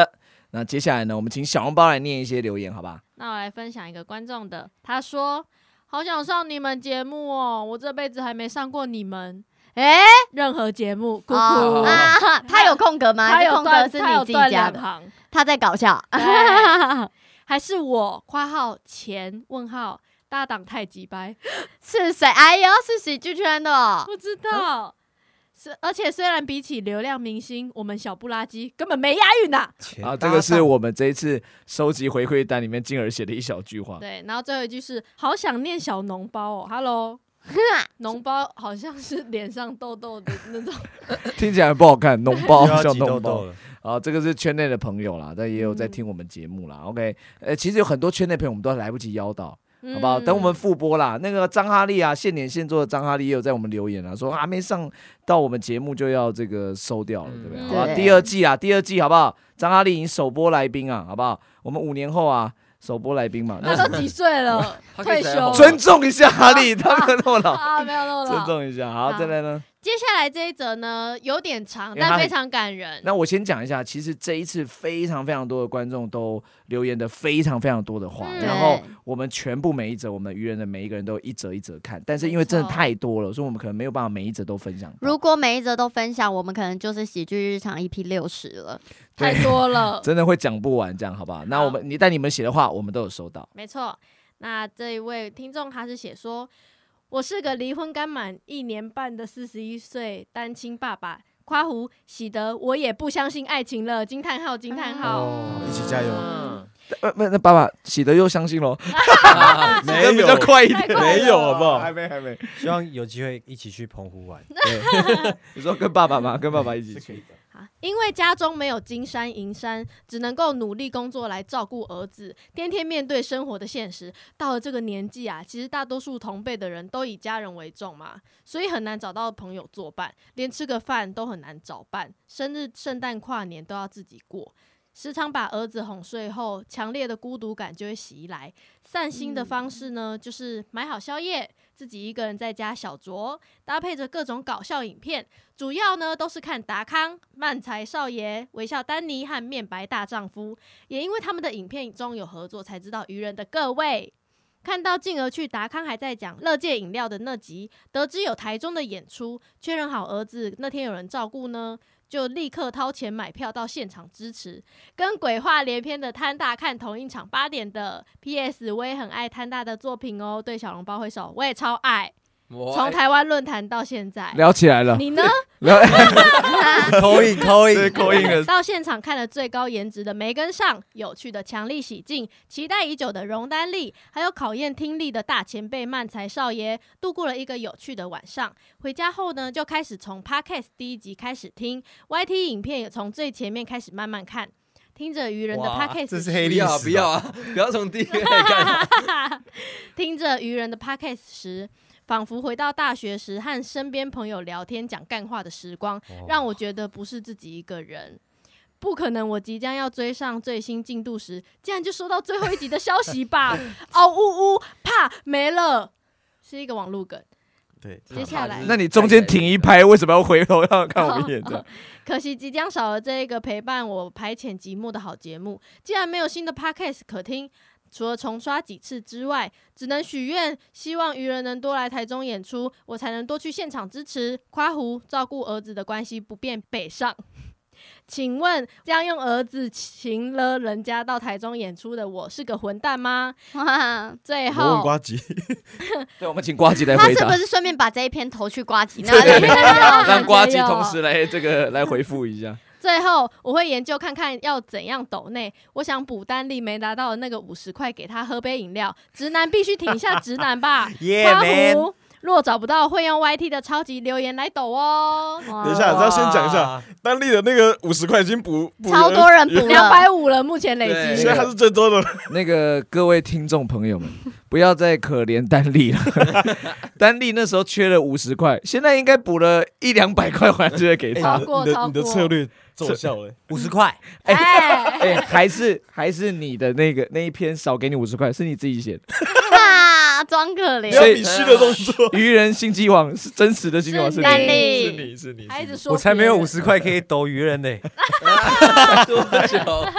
那接下来呢，我们请小笼包来念一些留言，好吧？ 那我来分享一个观众的，他说：“好想上你们节目哦，我这辈子还没上过你们哎、 任何节目。”哭哭、 哦啊，他有空格吗？ 他有空格断， 是你自己他有断加的， 两行， 他在搞笑。 对还是我（括号前问号搭档太鸡掰是谁？哎呦，是喜剧圈的哦。 不知道。是，而且虽然比起流量明星，我们小不拉几根本没押韵呐、 啊，这个是我们这一次收集回馈单里面进而写的一小句话。 对，然后最后一句是好想念小脓包哦 ，Hello，脓包好像是脸上痘痘的那种， 听起来不好看，脓包又要叫脓包。 挤痘痘了。 啊，这个是圈内的朋友啦，但也有在听我们节目啦。OK，呃，其实有很多圈内朋友我们都来不及邀到，好不好？等我们复播啦，那个张哈利啊，现点现做的张哈利也有在我们留言啊，说还没上到我们节目就要这个收掉了，对不对？ 嗯好吧， 对第二季啊，第二季好不好？张哈利已经首播来宾啊，好不好？我们五年后啊，首播来宾嘛， 他都几岁了，退休了， 尊重一下哈利，他没有那么老， 啊，没有那么尊老。 重一下。好， 好再来呢？ 接下来这一则呢，有点长， 因为它很但非常感人。 那我先讲一下，其实这一次非常非常多的观众都留言的非常非常多的话， 嗯然后我们全部每一则，我们愚人的每一个人都一则一则看，但是因为真的太多了，所以我们可能没有办法每一则都分享到。 如果每一则都分享，我们可能就是喜剧日常 E P 六十了。 对太多了， 真的会讲不完，这样好不好？那我们你但你们写的话，我们都有收到。 没错。那这一位听众他是写说，我是个离婚刚满一年半的四十一岁单亲爸爸。夸胡喜得我也不相信爱情了！惊叹号惊叹号！ 哦一起加油！ 嗯， 呃，不，那爸爸喜德又相信喽， 没有比较快一点， 太快了没有好不好？ 还没还没。 希望有机会一起去澎湖玩。 对，你说跟爸爸吗？跟爸爸一起去。 好，因为家中没有金山银山，只能够努力工作来照顾儿子，天天面对生活的现实。到了这个年纪啊，其实大多数同辈的人都以家人为重嘛，所以很难找到朋友作伴，连吃个饭都很难找伴，生日、圣诞、跨年都要自己过。时常把儿子哄睡后，强烈的孤独感就会袭来。散心的方式呢，就是买好宵夜，自己一个人在家小酌，搭配着各种搞笑影片。主要呢都是看达康、漫才少爷、微笑丹尼和面白大丈夫。也因为他们的影片中有合作，才知道愚人的各位。看到进而去达康还在讲乐界饮料的那集，得知有台中的演出，确认好儿子那天有人照顾呢，就立刻掏钱买票到现场支持，跟鬼话连篇的摊大看同一场八点的。P S 我也很爱摊大的作品哦，对小笼包挥手，我也超爱。 我从台湾论坛到现在， 聊起来了， 你呢？ 聊扣印扣对印， 口音了。 到现场看了最高颜值的没跟上，有趣的强力喜镜，期待已久的容丹丽，还有考验听力的大前辈漫才少爷，度过了一个有趣的晚上。回家后呢，就开始从 Podcast 第一集开始听 Y T 影片，也从最前面开始慢慢看，听着愚人的哇 Podcast， 这是黑不要历史吧， 不要啊！不要从第一个开始看。 听着愚人的 Podcast 时，仿佛回到大学时和身边朋友聊天讲干话的时光，让我觉得不是自己一个人。不可能，我即将要追上最新进度时，竟然就收到最后一集的消息吧！嗷呜呜，啪，没了，是一个网路梗。 对， 接下来那你中间停一拍，为什么要回头要看我们一眼？这样可惜即将少了这一个陪伴我排遣寂寞的好节目。既然没有新的 podcast 可听，除了重刷几次之外，只能许愿，希望愚人能多来台中演出，我才能多去现场支持。夸胡照顾儿子的关系不便北上。请问将用儿子请了人家到台中演出的我是个混蛋吗？ 哇， 最我问后瓜吉， 对，我们请瓜吉来回答他是不，是顺便把这一篇投去瓜吉那里？ 对对对让瓜吉也有同时来这个来回复一下。 最后我会研究看看要怎样抖内，我想补丹力没拿到的那个五十块给他喝杯饮料，直男必须挺一下直男吧。 Yeah 夸 man， 胡若找不到会用 Y T 的超级留言来抖哦， 等一下，这要先讲一下，丹丽的那个五十块已经补补超多人补了两百五了，目前累对积所以他是最多的。 那个各位听众朋友们，不要再可怜丹丽了。丹丽那时候缺了五十块，现在应该补了一两百块回来就会给超他。 你的过超过你的策略奏效了， 五十块， 哎， 哎、还是还是你的那个那一篇少给你五十块，是你自己写的。 啊，装可怜。 你要比虚的动作。 愚人心机王是真实的心机王，是你， 丹丽是你是你。是你还一直说我才没有别人五十块可以抖愚人呢。 多久？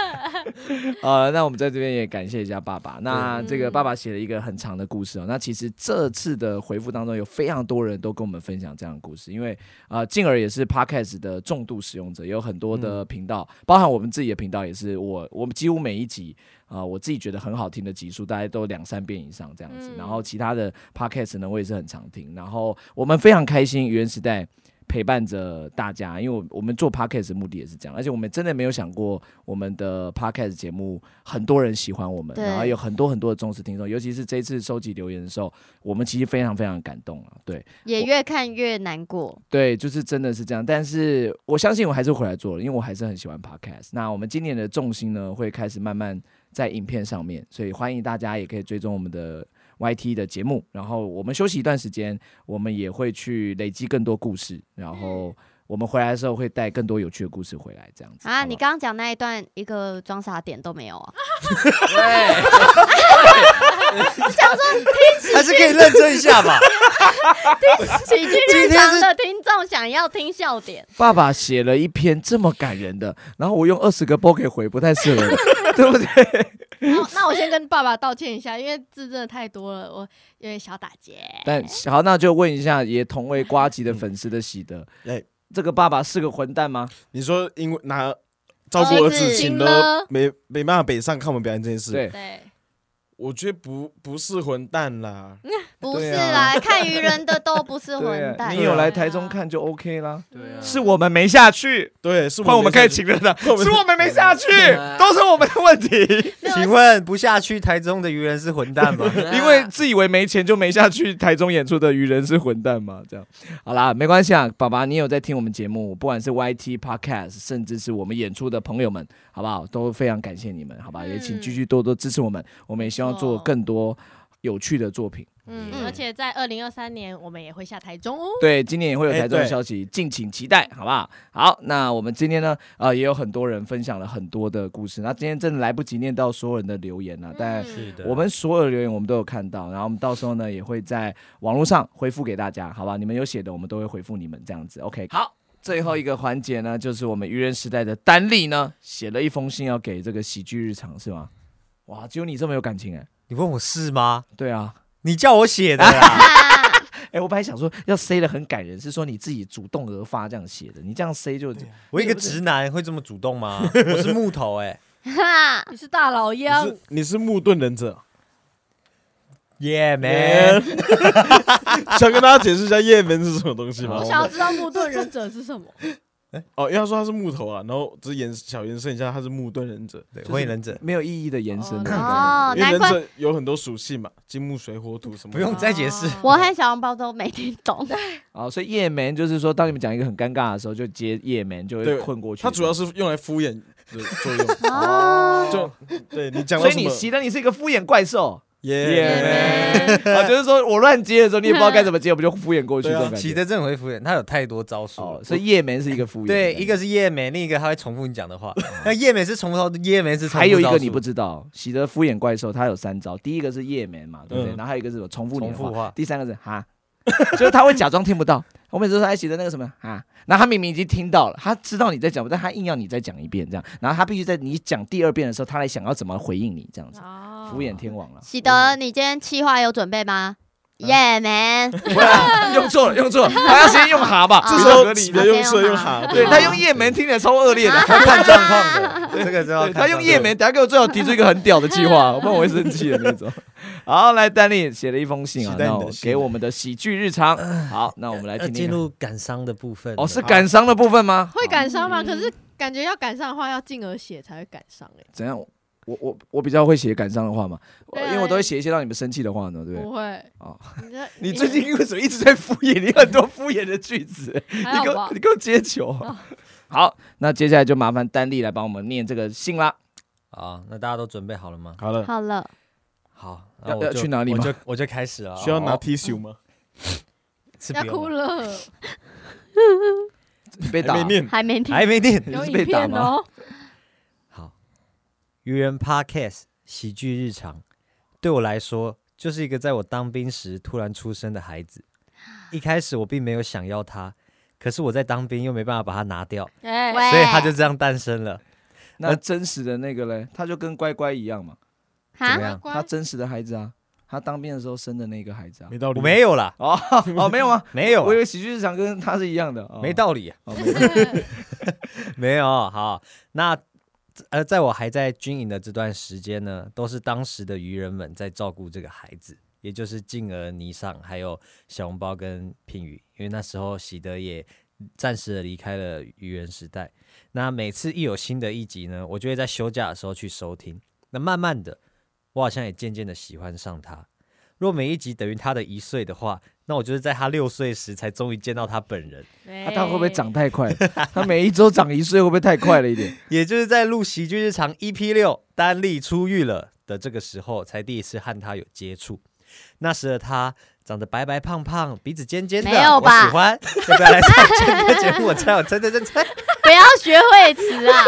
呃，那我们在这边也感谢一下爸爸。那这个爸爸写了一个很长的故事哦。那其实这次的回复当中有非常多人都跟我们分享这样的故事，因为呃，进而也是 Podcast 的重度使用者，有很多的频道，嗯、包含我们自己的频道也是我我们几乎每一集啊、呃，我自己觉得很好听的集数，大概都两三遍以上这样子。嗯、然后其他的 Podcast 呢，我也是很常听。然后我们非常开心，愚人时代陪伴着大家，因为我们做 podcast 的目的也是这样，而且我们真的没有想过我们的 podcast 节目很多人喜欢我们，然后有很多很多的忠实听众，尤其是这一次收集留言的时候，我们其实非常非常感动啊，对， 也越看越难过， 对，就是真的是这样，但是我相信我还是回来做了，因为我还是很喜欢 podcast。那我们今年的重心呢，会开始慢慢在影片上面，所以欢迎大家也可以追踪我们的Y T 的节目，然后我们休息一段时间，我们也会去累积更多故事，然后我们回来的时候会带更多有趣的故事回来，这样子啊。你刚刚讲那一段一个装傻点都没有啊？ 对， 我想说听还是可以认真一下吧。 听喜剧日常的听众想要听笑点。 爸爸写了一篇这么感人的，然后我用二十个波给回，不太适合，对不对？ 那, 那我先跟爸爸道歉一下，因为字真的太多了，我有点小打结。 但好，那就问一下，也同为呱吉的粉丝的喜德， 哎， 这个爸爸是个混蛋吗？ 你说因为拿照顾儿子请了没没办法北上看我们表演这件事， 对对。 我觉得不不是混蛋啦， 不是啦，啊、看愚人的都不是混蛋、 啊。你有来台中看就 OK 啦。 对啊， 是我们没下去， 对，是换我们可以请人的，是我们没下去，都是我们的问题。 请问不下去台中的愚人是混蛋吗？ 因为自以为没钱就没下去台中演出的愚人是混蛋吗？这样，好啦，没关系啊，爸爸，你有在听我们节目，不管是 Y T Podcast， 甚至是我们演出的朋友们，好不好？都非常感谢你们，好吧？也请继续多多支持我们，我们也希望做更多有趣的作品。 嗯，而且在二零二三年我们也会下台中哦。 对，今年也会有台中的消息，敬请期待，好不好？好，那我们今天呢，呃，也有很多人分享了很多的故事。那今天真的来不及念到所有人的留言了，但我们所有的留言我们都有看到，然后我们到时候呢也会在网络上回复给大家，好吧？你们有写的，我们都会回复你们这样子。OK， 好。最后一个环节呢，就是我们愚人时代的丹丽呢，写了一封信要给这个喜剧日常，是吗？哇，只有你这么有感情哎、欸！ 你问我是吗？ 对啊， 你叫我写的啦。 哎、欸，我本来想说要 say 的很感人，是说你自己主动而发这样写的，你这样 say 就…… 我一个直男会这么主动吗？我是木头哎、 欸，你是大老妖， 你是你是木盾忍者。 Yeah man， 想跟大家解释一下 Yeah man 是什么东西吗？ 我想要知道木盾忍者是什么。 哦，因为他说他是木头啊，然后只是延小延伸一下，他是木盾忍者， 对，火影忍者没有意义的延伸。 哦， 因为忍者有很多属性嘛，金木水火土什么， 不用再解释。 我和小笼包都没听懂。 哦，所以夜门就是说，当你们讲一个很尴尬的时候，就接夜门就会混过去。 它主要是用来敷衍的作用。 哦， 就对你讲到所什么， 以你习得你是一个敷衍怪兽。 耶！ 啊，就是说我乱接的时候，你也不知道该怎么接，我们就敷衍过去这种感觉。 喜德真的会敷衍，他有太多招数哦，所以叶门是一个敷衍。 对，一个是叶门，另一个他会重复你讲的话。那叶门是从头，叶门是重复。 还有一个你不知道，喜德敷衍怪兽他有三招，第一个是叶门嘛，对不对？然后还有一个是重复你的话，第三个是哈，就是他会假装听不到。我每次说哎，喜德那个什么哈，然后他明明已经听到了，他知道你在讲，但他硬要你再讲一遍这样，然后他必须在你讲第二遍的时候，他来想要怎么回应你这样子。敷衍天王了。 喜德，你今天企划有准备吗？耶 man， 用错了，用错了，他要先用哈吧， 这时候喜德用错用哈， 对他用叶门听起来超恶劣的， 他看状况的，这个知道。 他用叶门，等下给我最好提出一个很屌的计划，不然我会生气的那种。好，来丹尼写了一封信啊，那给我们的喜剧日常。好，那我们来听听。 进入感伤的部分。 哦，是感伤的部分吗？ 会感伤吗？可是感觉要感伤的话，要进而写才会感伤哎。 怎样？我我我比较会写感伤的话嘛，因为我都会写一些让你们生气的话呢，对不对？ 不会哦，你最近为什么一直在敷衍？你很多敷衍的句子，你给我你给我接球。哦、好，那接下来就麻烦丹丽来帮我们念这个信啦。 好，那大家都准备好了吗？ 好了， 好了。 好， 要要去哪里吗？ 我就我就开始了。 需要拿 Tissue 吗？ 要哭了。 被打？ 还没念， 还没念， 还没念， 有影片哦。 好，愚人 Podcast 喜剧日常，对我来说就是一个在我当兵时突然出生的孩子。一开始我并没有想要他，可是我在当兵又没办法把他拿掉， 欸、 所以他就这样诞生了。 那真实的那个嘞，他就跟乖乖一样嘛， 哈怎么，样？ 他真实的孩子啊，他当兵的时候生的那个孩子啊。 没道理， 我没有啦， 哦哦，没有吗？ 没有啊， 我以为喜剧日常跟他是一样的。哦、 没道理啊， 哦，没道理。 没有。好，那呃，在我还在军营的这段时间呢，都是当时的渔人们在照顾这个孩子，也就是静儿、霓裳，还有小笼包跟品瑜，因为那时候喜德也暂时的离开了渔人时代。那每次一有新的一集呢，我就会在休假的时候去收听。那慢慢的，我好像也渐渐的喜欢上他。若每一集等于他的一岁的话，那我就是在他六岁时才终于见到他本人， 啊、他会不会长太快？他每一周长一岁，会不会太快了一点？ 也就是在录喜剧日常 E P 六丹莉出狱了的这个时候，才第一次和他有接触。那时的他长得白白胖胖，鼻子尖尖的， 没有吧我喜欢。要不要来上这个节目？我猜，我猜，猜，猜，猜。 不要学会词啊！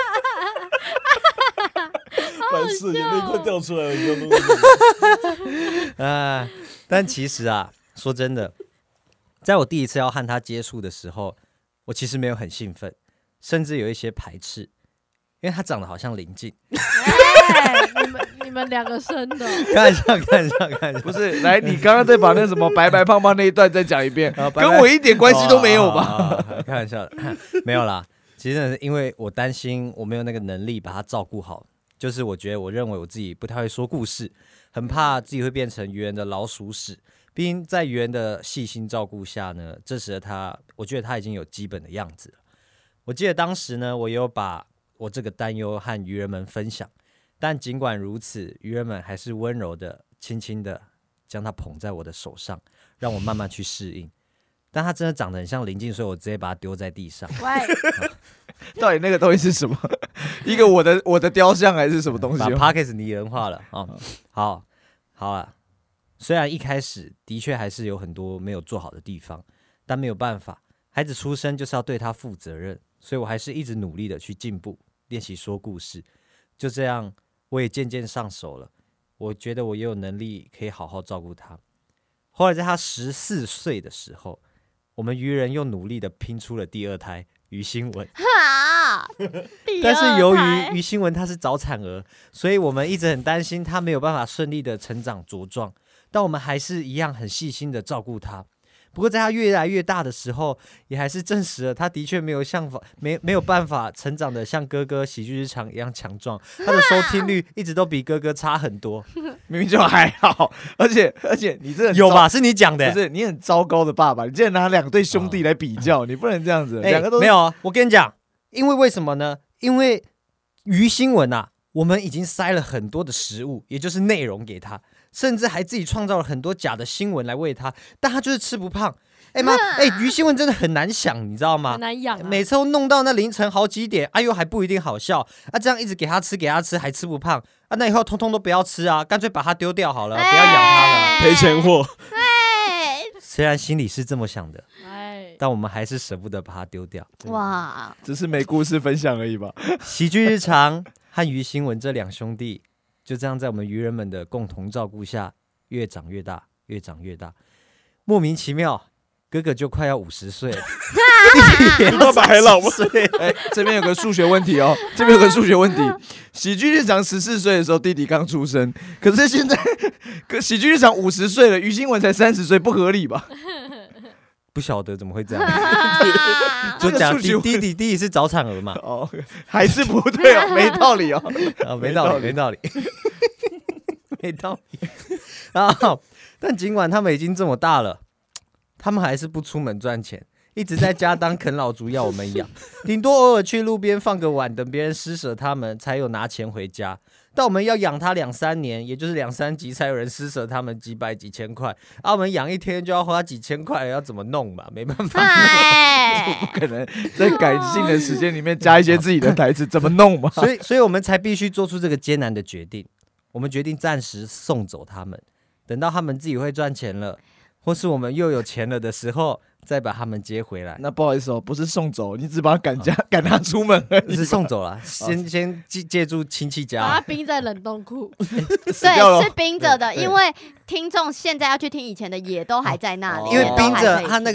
烦死，眼泪快掉出来了，你不要弄啊、但其实啊，说真的，在我第一次要和他接触的时候，我其实没有很兴奋，甚至有一些排斥，因为他长得好像林静。 哎，你们你们两个生的， 开玩笑，开玩笑，开玩笑。 不是，来，你刚刚再把那什么白白胖胖那一段再讲一遍， 啊白白跟我一点关系都没有吧？ 哦哦哦开玩笑的，没有啦。其实真的是因为我担心我没有那个能力把他照顾好，就是我觉得我认为我自己不太会说故事，很怕自己会变成渔人的老鼠屎。毕竟在渔人的细心照顾下呢，这时的他，我觉得他已经有基本的样子了。我记得当时呢，我也有把我这个担忧和渔人们分享，但尽管如此，渔人们还是温柔的、轻轻的将他捧在我的手上，让我慢慢去适应。但他真的长得很像林静，所以我直接把他丢在地上。 喂， 到底那个东西是什么？一个我的我的雕像还是什么东西把 Podcast 拟人化了啊、哦！好，好了。虽然一开始的确还是有很多没有做好的地方，但没有办法，孩子出生就是要对他负责任，所以我还是一直努力的去进步，练习说故事。就这样，我也渐渐上手了。我觉得我也有能力可以好好照顾他。后来在他十四岁的时候，我们渔人又努力的拼出了第二胎于新文。 哈， 但是由第二胎于于新文她是早产儿，所以我们一直很担心她没有办法顺利的成长茁壮，但我们还是一样很细心的照顾她。不过在她越来越大的时候，也还是证实了她的确没有像法没没有办法成长的像哥哥喜剧日常一样强壮，她的收听率一直都比哥哥差很多。 明明就还好，而且而且你这有吧？是你讲的、 不是你很糟糕的爸爸，你竟然拿两对兄弟来比较，你不能这样子， 欸两个都是没有啊。我跟你讲，因为为什么呢？因为于新闻啊，我们已经塞了很多的食物，也就是内容给他，甚至还自己创造了很多假的新闻来喂他，但他就是吃不胖。哎、欸、妈，哎、欸，于新闻真的很难想，你知道吗很？难养、啊。 每次都弄到那凌晨好几点，哎呦还不一定好笑啊！这样一直给他吃，给他吃，还吃不胖啊？那以后通通都不要吃啊，干脆把他丢掉好了， 哎不要养他了。 赔钱货。 哎， 虽然心里是这么想的， 哎， 但我们还是舍不得把它丢掉。 哇， 只是没故事分享而已吧。 喜剧日常和于新文这两兄弟就这样在我们渔人们的共同照顾下越长越大，越长越大。莫名其妙，哥哥就快要五十岁了， 比爸爸还老吗？ 哎、这边有个数学问题哦，这边有个数学问题。喜剧日常十四岁的时候，弟弟刚出生，可是现在，可喜剧日常五十岁了，于新文才三十岁，不合理吧？ 不晓得怎么会这样， 这个就讲弟数学问弟弟弟弟是早产儿嘛， 哦，还是不对哦，没道理哦。 啊，没道理，没道理，没道理啊！但尽管他们已经这么大了，他们还是不出门赚钱，一直在家当啃老族要我们养，顶多偶尔去路边放个碗，等别人施舍他们，才有拿钱回家。但我们要养他两三年，也就是两三集，才有人施舍他们几百几千块。啊，我们养一天就要花几千块，要怎么弄嘛？没办法， 哎， 不可能在感性的时间里面加一些自己的台词，怎么弄嘛？ 所以，所以我们才必须做出这个艰难的决定。我们决定暂时送走他们，等到他们自己会赚钱了，或是我们又有钱了的时候，再把他们接回来。 那不好意思哦，不是送走，你只把他赶家赶他出门而已。 是送走了，先先借借住亲戚把它家。 冰在冷冻库。 对，是冰着的， 对因为听众现在要去听以前的，也都还在那里， 因为也都冰着还可以听它那个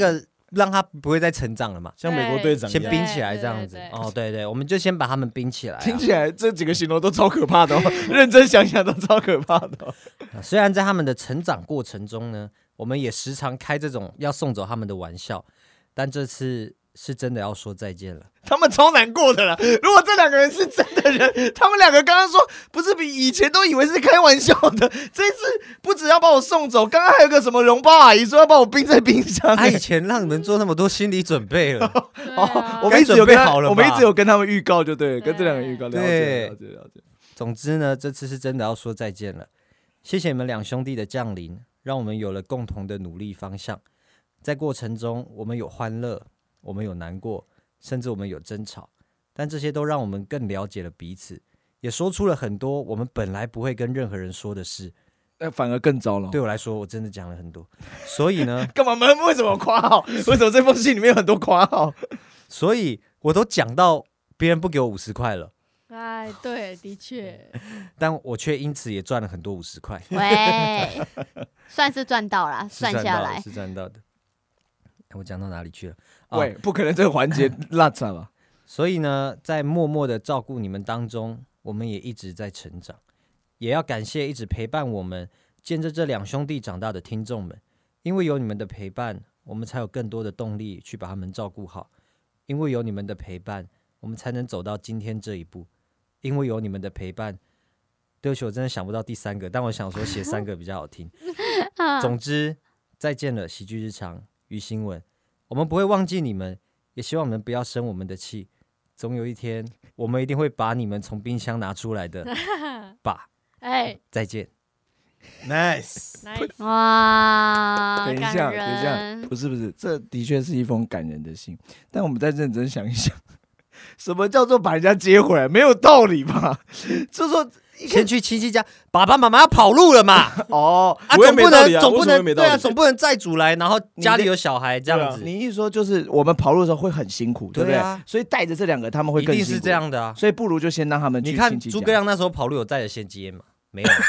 让他不会再成长了嘛， 像美国队长一样。 先冰起来这样子对对。对哦，对对，我们就先把他们冰起来啊。 听起来这几个形容都超可怕的哦，认真想想都超可怕的哦。 啊虽然在他们的成长过程中呢，我们也时常开这种要送走他们的玩笑，但这次是真的要说再见了。 他们超难过的了。如果这两个人是真的人，他们两个刚刚说不是比以前都以为是开玩笑的，这一次不只要把我送走，刚刚还有个什么容包阿姨说要把我冰在冰箱、 他、 欸。 以前让你们做那么多心理准备了， 对哦啊， 我们一直有跟他该准备好了吧我们一直有跟他们预告，就对了， 对跟这两个人预告，了解对了解了解。 总之呢，这次是真的要说再见了。谢谢你们两兄弟的降临，让我们有了共同的努力方向。在过程中，我们有欢乐，我们有难过，甚至我们有争吵，但这些都让我们更了解了彼此，也说出了很多我们本来不会跟任何人说的事。 那反而更糟了。 对我来说，我真的讲了很多。所以呢， 干嘛们为什么有括号？为什么这封信里面有很多括号？ 所以我都讲到别人不给我五十块了， 哎，对，的确， 但我却因此也赚了很多五十块。 喂，算是赚到了， 是算赚到的下来， 是赚到的。我讲到哪里去了？啊喂，不可能这个环节落差吧？ 所以呢，在默默的照顾你们当中，我们也一直在成长，也要感谢一直陪伴我们、见证这两兄弟长大的听众们，因为有你们的陪伴，我们才有更多的动力去把他们照顾好；因为有你们的陪伴，我们才能走到今天这一步；因为有你们的陪伴，对不起，我真的想不到第三个，但我想说写三个比较好听。总之，再见了，喜剧日常与新闻，我们不会忘记你们，也希望你们不要生我们的气。总有一天，我们一定会把你们从冰箱拿出来的。爸， 哎再见。 Nice， ，nice， 哇， 等一下， 感等一下， 人不是不是，这的确是一封感人的信，但我们再认真想一想，什么叫做把人家接回来？没有道理吧？就说先去亲戚家，爸爸妈妈要跑路了嘛？ 哦， 啊， 我也总不没道理啊能总不为什么没道理能对啊，总不能债主来，然后家里有小孩这样子， 你一说就是我们跑路的时候会很辛苦，对不对？ 对啊所以带着这两个他们会更辛苦， 一定是这样的啊。 所以不如就先让他们去你看亲戚家诸葛亮那时候跑路有带着先机烟吗？没有， 哇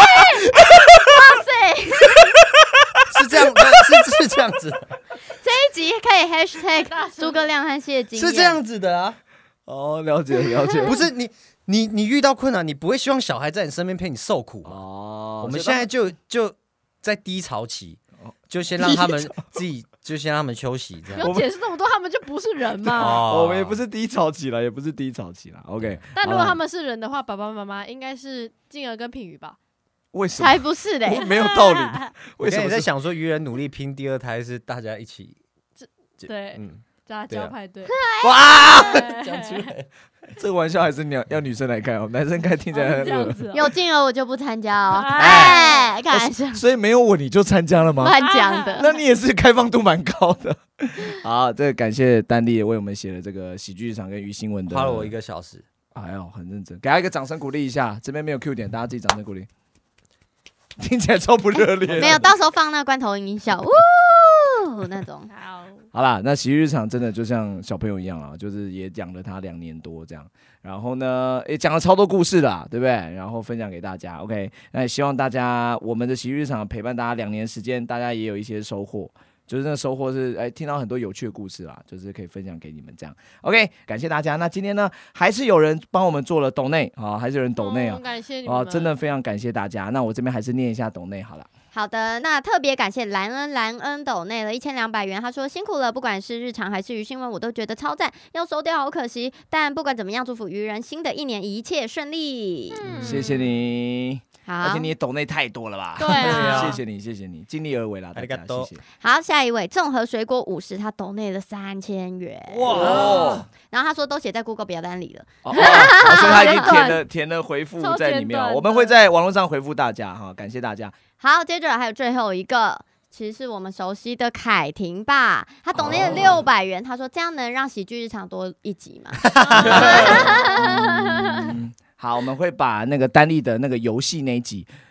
塞， 是这样，是是这样子的， 这一集可以 hashtag 诸葛亮和谢金燕是这样子的啊。 哦，了解了解， 不是你你你遇到困难，你不会希望小孩在你身边陪你受苦吗？ 哦， 我们现在就就在低潮期，就先让他们自己，就先让他们休息这样。 不用解释那么多，他们就不是人嘛。 哦我们也不是低潮期了，也不是低潮期了。OK，好啦但如果他们是人的话，爸爸妈妈应该是静儿跟品瑜吧？ 为什么才不是嘞， 没有道理吧？ 我现在为什么是也在想说，愚人努力拼第二胎是大家一起，就对， 嗯， 杂对啊交派对， 哇， 对讲出来， 这个玩笑还是你要要女生来开哦，男生开听起来哦很恶。 是这样子哦， 有金额我就不参加哦， 哎哎，开玩笑， 所以没有我你就参加了吗？ 乱讲的。 那你也是开放度蛮高的。好，这个感谢丹丽为我们写了这个喜剧日常跟于新闻的， 花了我一个小时。 哎呦，很认真，给他一个掌声鼓励一下。这边没有 Q 点，大家自己掌声鼓励。听起来超不热烈。 没有，到时候放那个罐头音效，呜那种。 好， 好啦，那喜剧日常真的就像小朋友一样啊，就是也养了他两年多这样，然后呢，也讲了超多故事啦，对不对？然后分享给大家 ，OK， 那也希望大家我们的喜剧日常陪伴大家两年时间，大家也有一些收获。就是那收获是，哎，听到很多有趣的故事啦，就是可以分享给你们这样。OK， 感谢大家。那今天呢，还是有人帮我们做了抖内啊，还是有人抖内啊哦，感谢你们啊，真的非常感谢大家。那我这边还是念一下抖内好了。 好的，那特别感谢兰恩兰恩斗内了一千两百元，他说辛苦了，不管是日常还是于新闻，我都觉得超赞，要收掉好可惜，但不管怎么样，祝福愚人新的一年一切顺利。 嗯谢谢你，而好且，你也抖内太多了吧？ 对啊谢谢你，谢谢你，尽力而为啦，大家ありがとう谢谢。 好，下一位综合水果五十，他抖内了三千元， 哇！ 然后他说都写在 Google 表单里了。 哦，哦所以他已经填了填了回复在里面哦， 超简短的我们会在网络上回复大家哈，感谢大家。 好，接着还有最后一个，其实是我们熟悉的凯婷吧，他抖内了六百元，他说这样能让喜剧日常多一集吗？ 嗯好，我们会把那个丹立的那个游戏那一集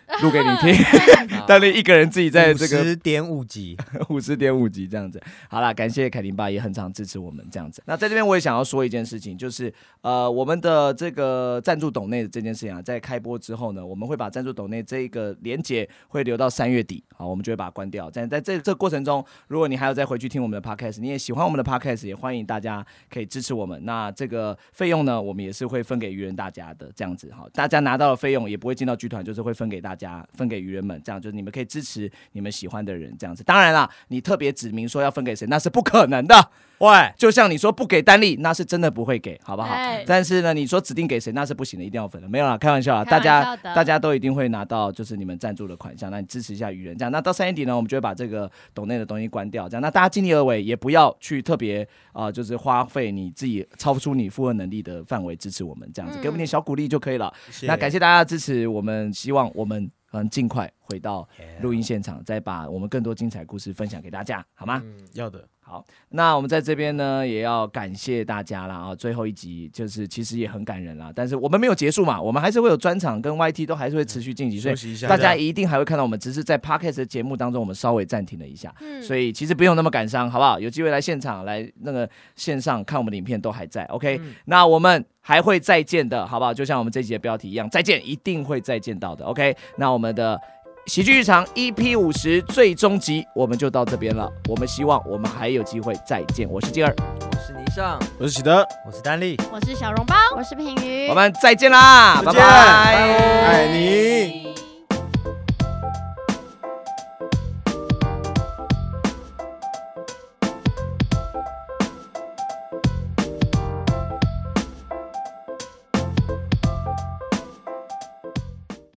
录给你听。丹丽一个人自己在这个十点五集， 五十点五集这样子。好啦，感谢凯琳爸也很常支持我们这样子。那在这边我也想要说一件事情，就是呃我们的这个赞助抖内的这件事情啊，在开播之后呢，我们会把赞助抖内这个连结会留到三月底，好，我们就会把它关掉。在在这这个过程中，如果你还有再回去听我们的 podcast， 你也喜欢我们的 podcast， 也欢迎大家可以支持我们。那这个费用呢，我们也是会分给愚人大家的，这样子哈，大家拿到的费用也不会进到剧团，就是会分给大家，分给愚人们，这样就是你们可以支持你们喜欢的人，这样子。当然啦，你特别指明说要分给谁，那是不可能的。 喂， 就像你说不给丹丽，那是真的不会给，好不好？ 哎但是呢，你说指定给谁，那是不行的，一定要分的。没有啦，开玩笑啦， 开大家玩笑的大家都一定会拿到，就是你们赞助的款项，那你支持一下愚人，这样。那到三月底呢，我们就会把这个抖内的东西关掉，这样。那大家尽力而为，也不要去特别啊、呃，就是花费你自己超出你负荷能力的范围支持我们，这样子， 嗯给我们点小鼓励就可以了。 谢谢那感谢大家的支持，我们希望我们嗯尽快回到录音现场，再把我们更多精彩故事分享给大家，好吗？ 嗯，要的。 好，那我们在这边呢，也要感谢大家啦啊！最后一集就是其实也很感人啦，但是我们没有结束嘛，我们还是会有专场跟 Y T 都还是会持续晋级，所以休息一下， 大家一定还会看到我们，只是在 Podcast 的节目当中我们稍微暂停了一下， 嗯所以其实不用那么感伤，好不好？有机会来现场来那个线上看我们的影片都还在 ，OK？、 嗯那我们还会再见的，好不好？就像我们这集的标题一样，再见，一定会再见到的 ，OK？那我们的喜剧日常 E P 五十最终集我们就到这边了，我们希望我们还有机会再见。我是金儿， 我是倪尚。 我是喜德， 我是丹丽。 我是小笼包， 我是平鱼我，们再见啦，拜再见拜。 爱你。 你。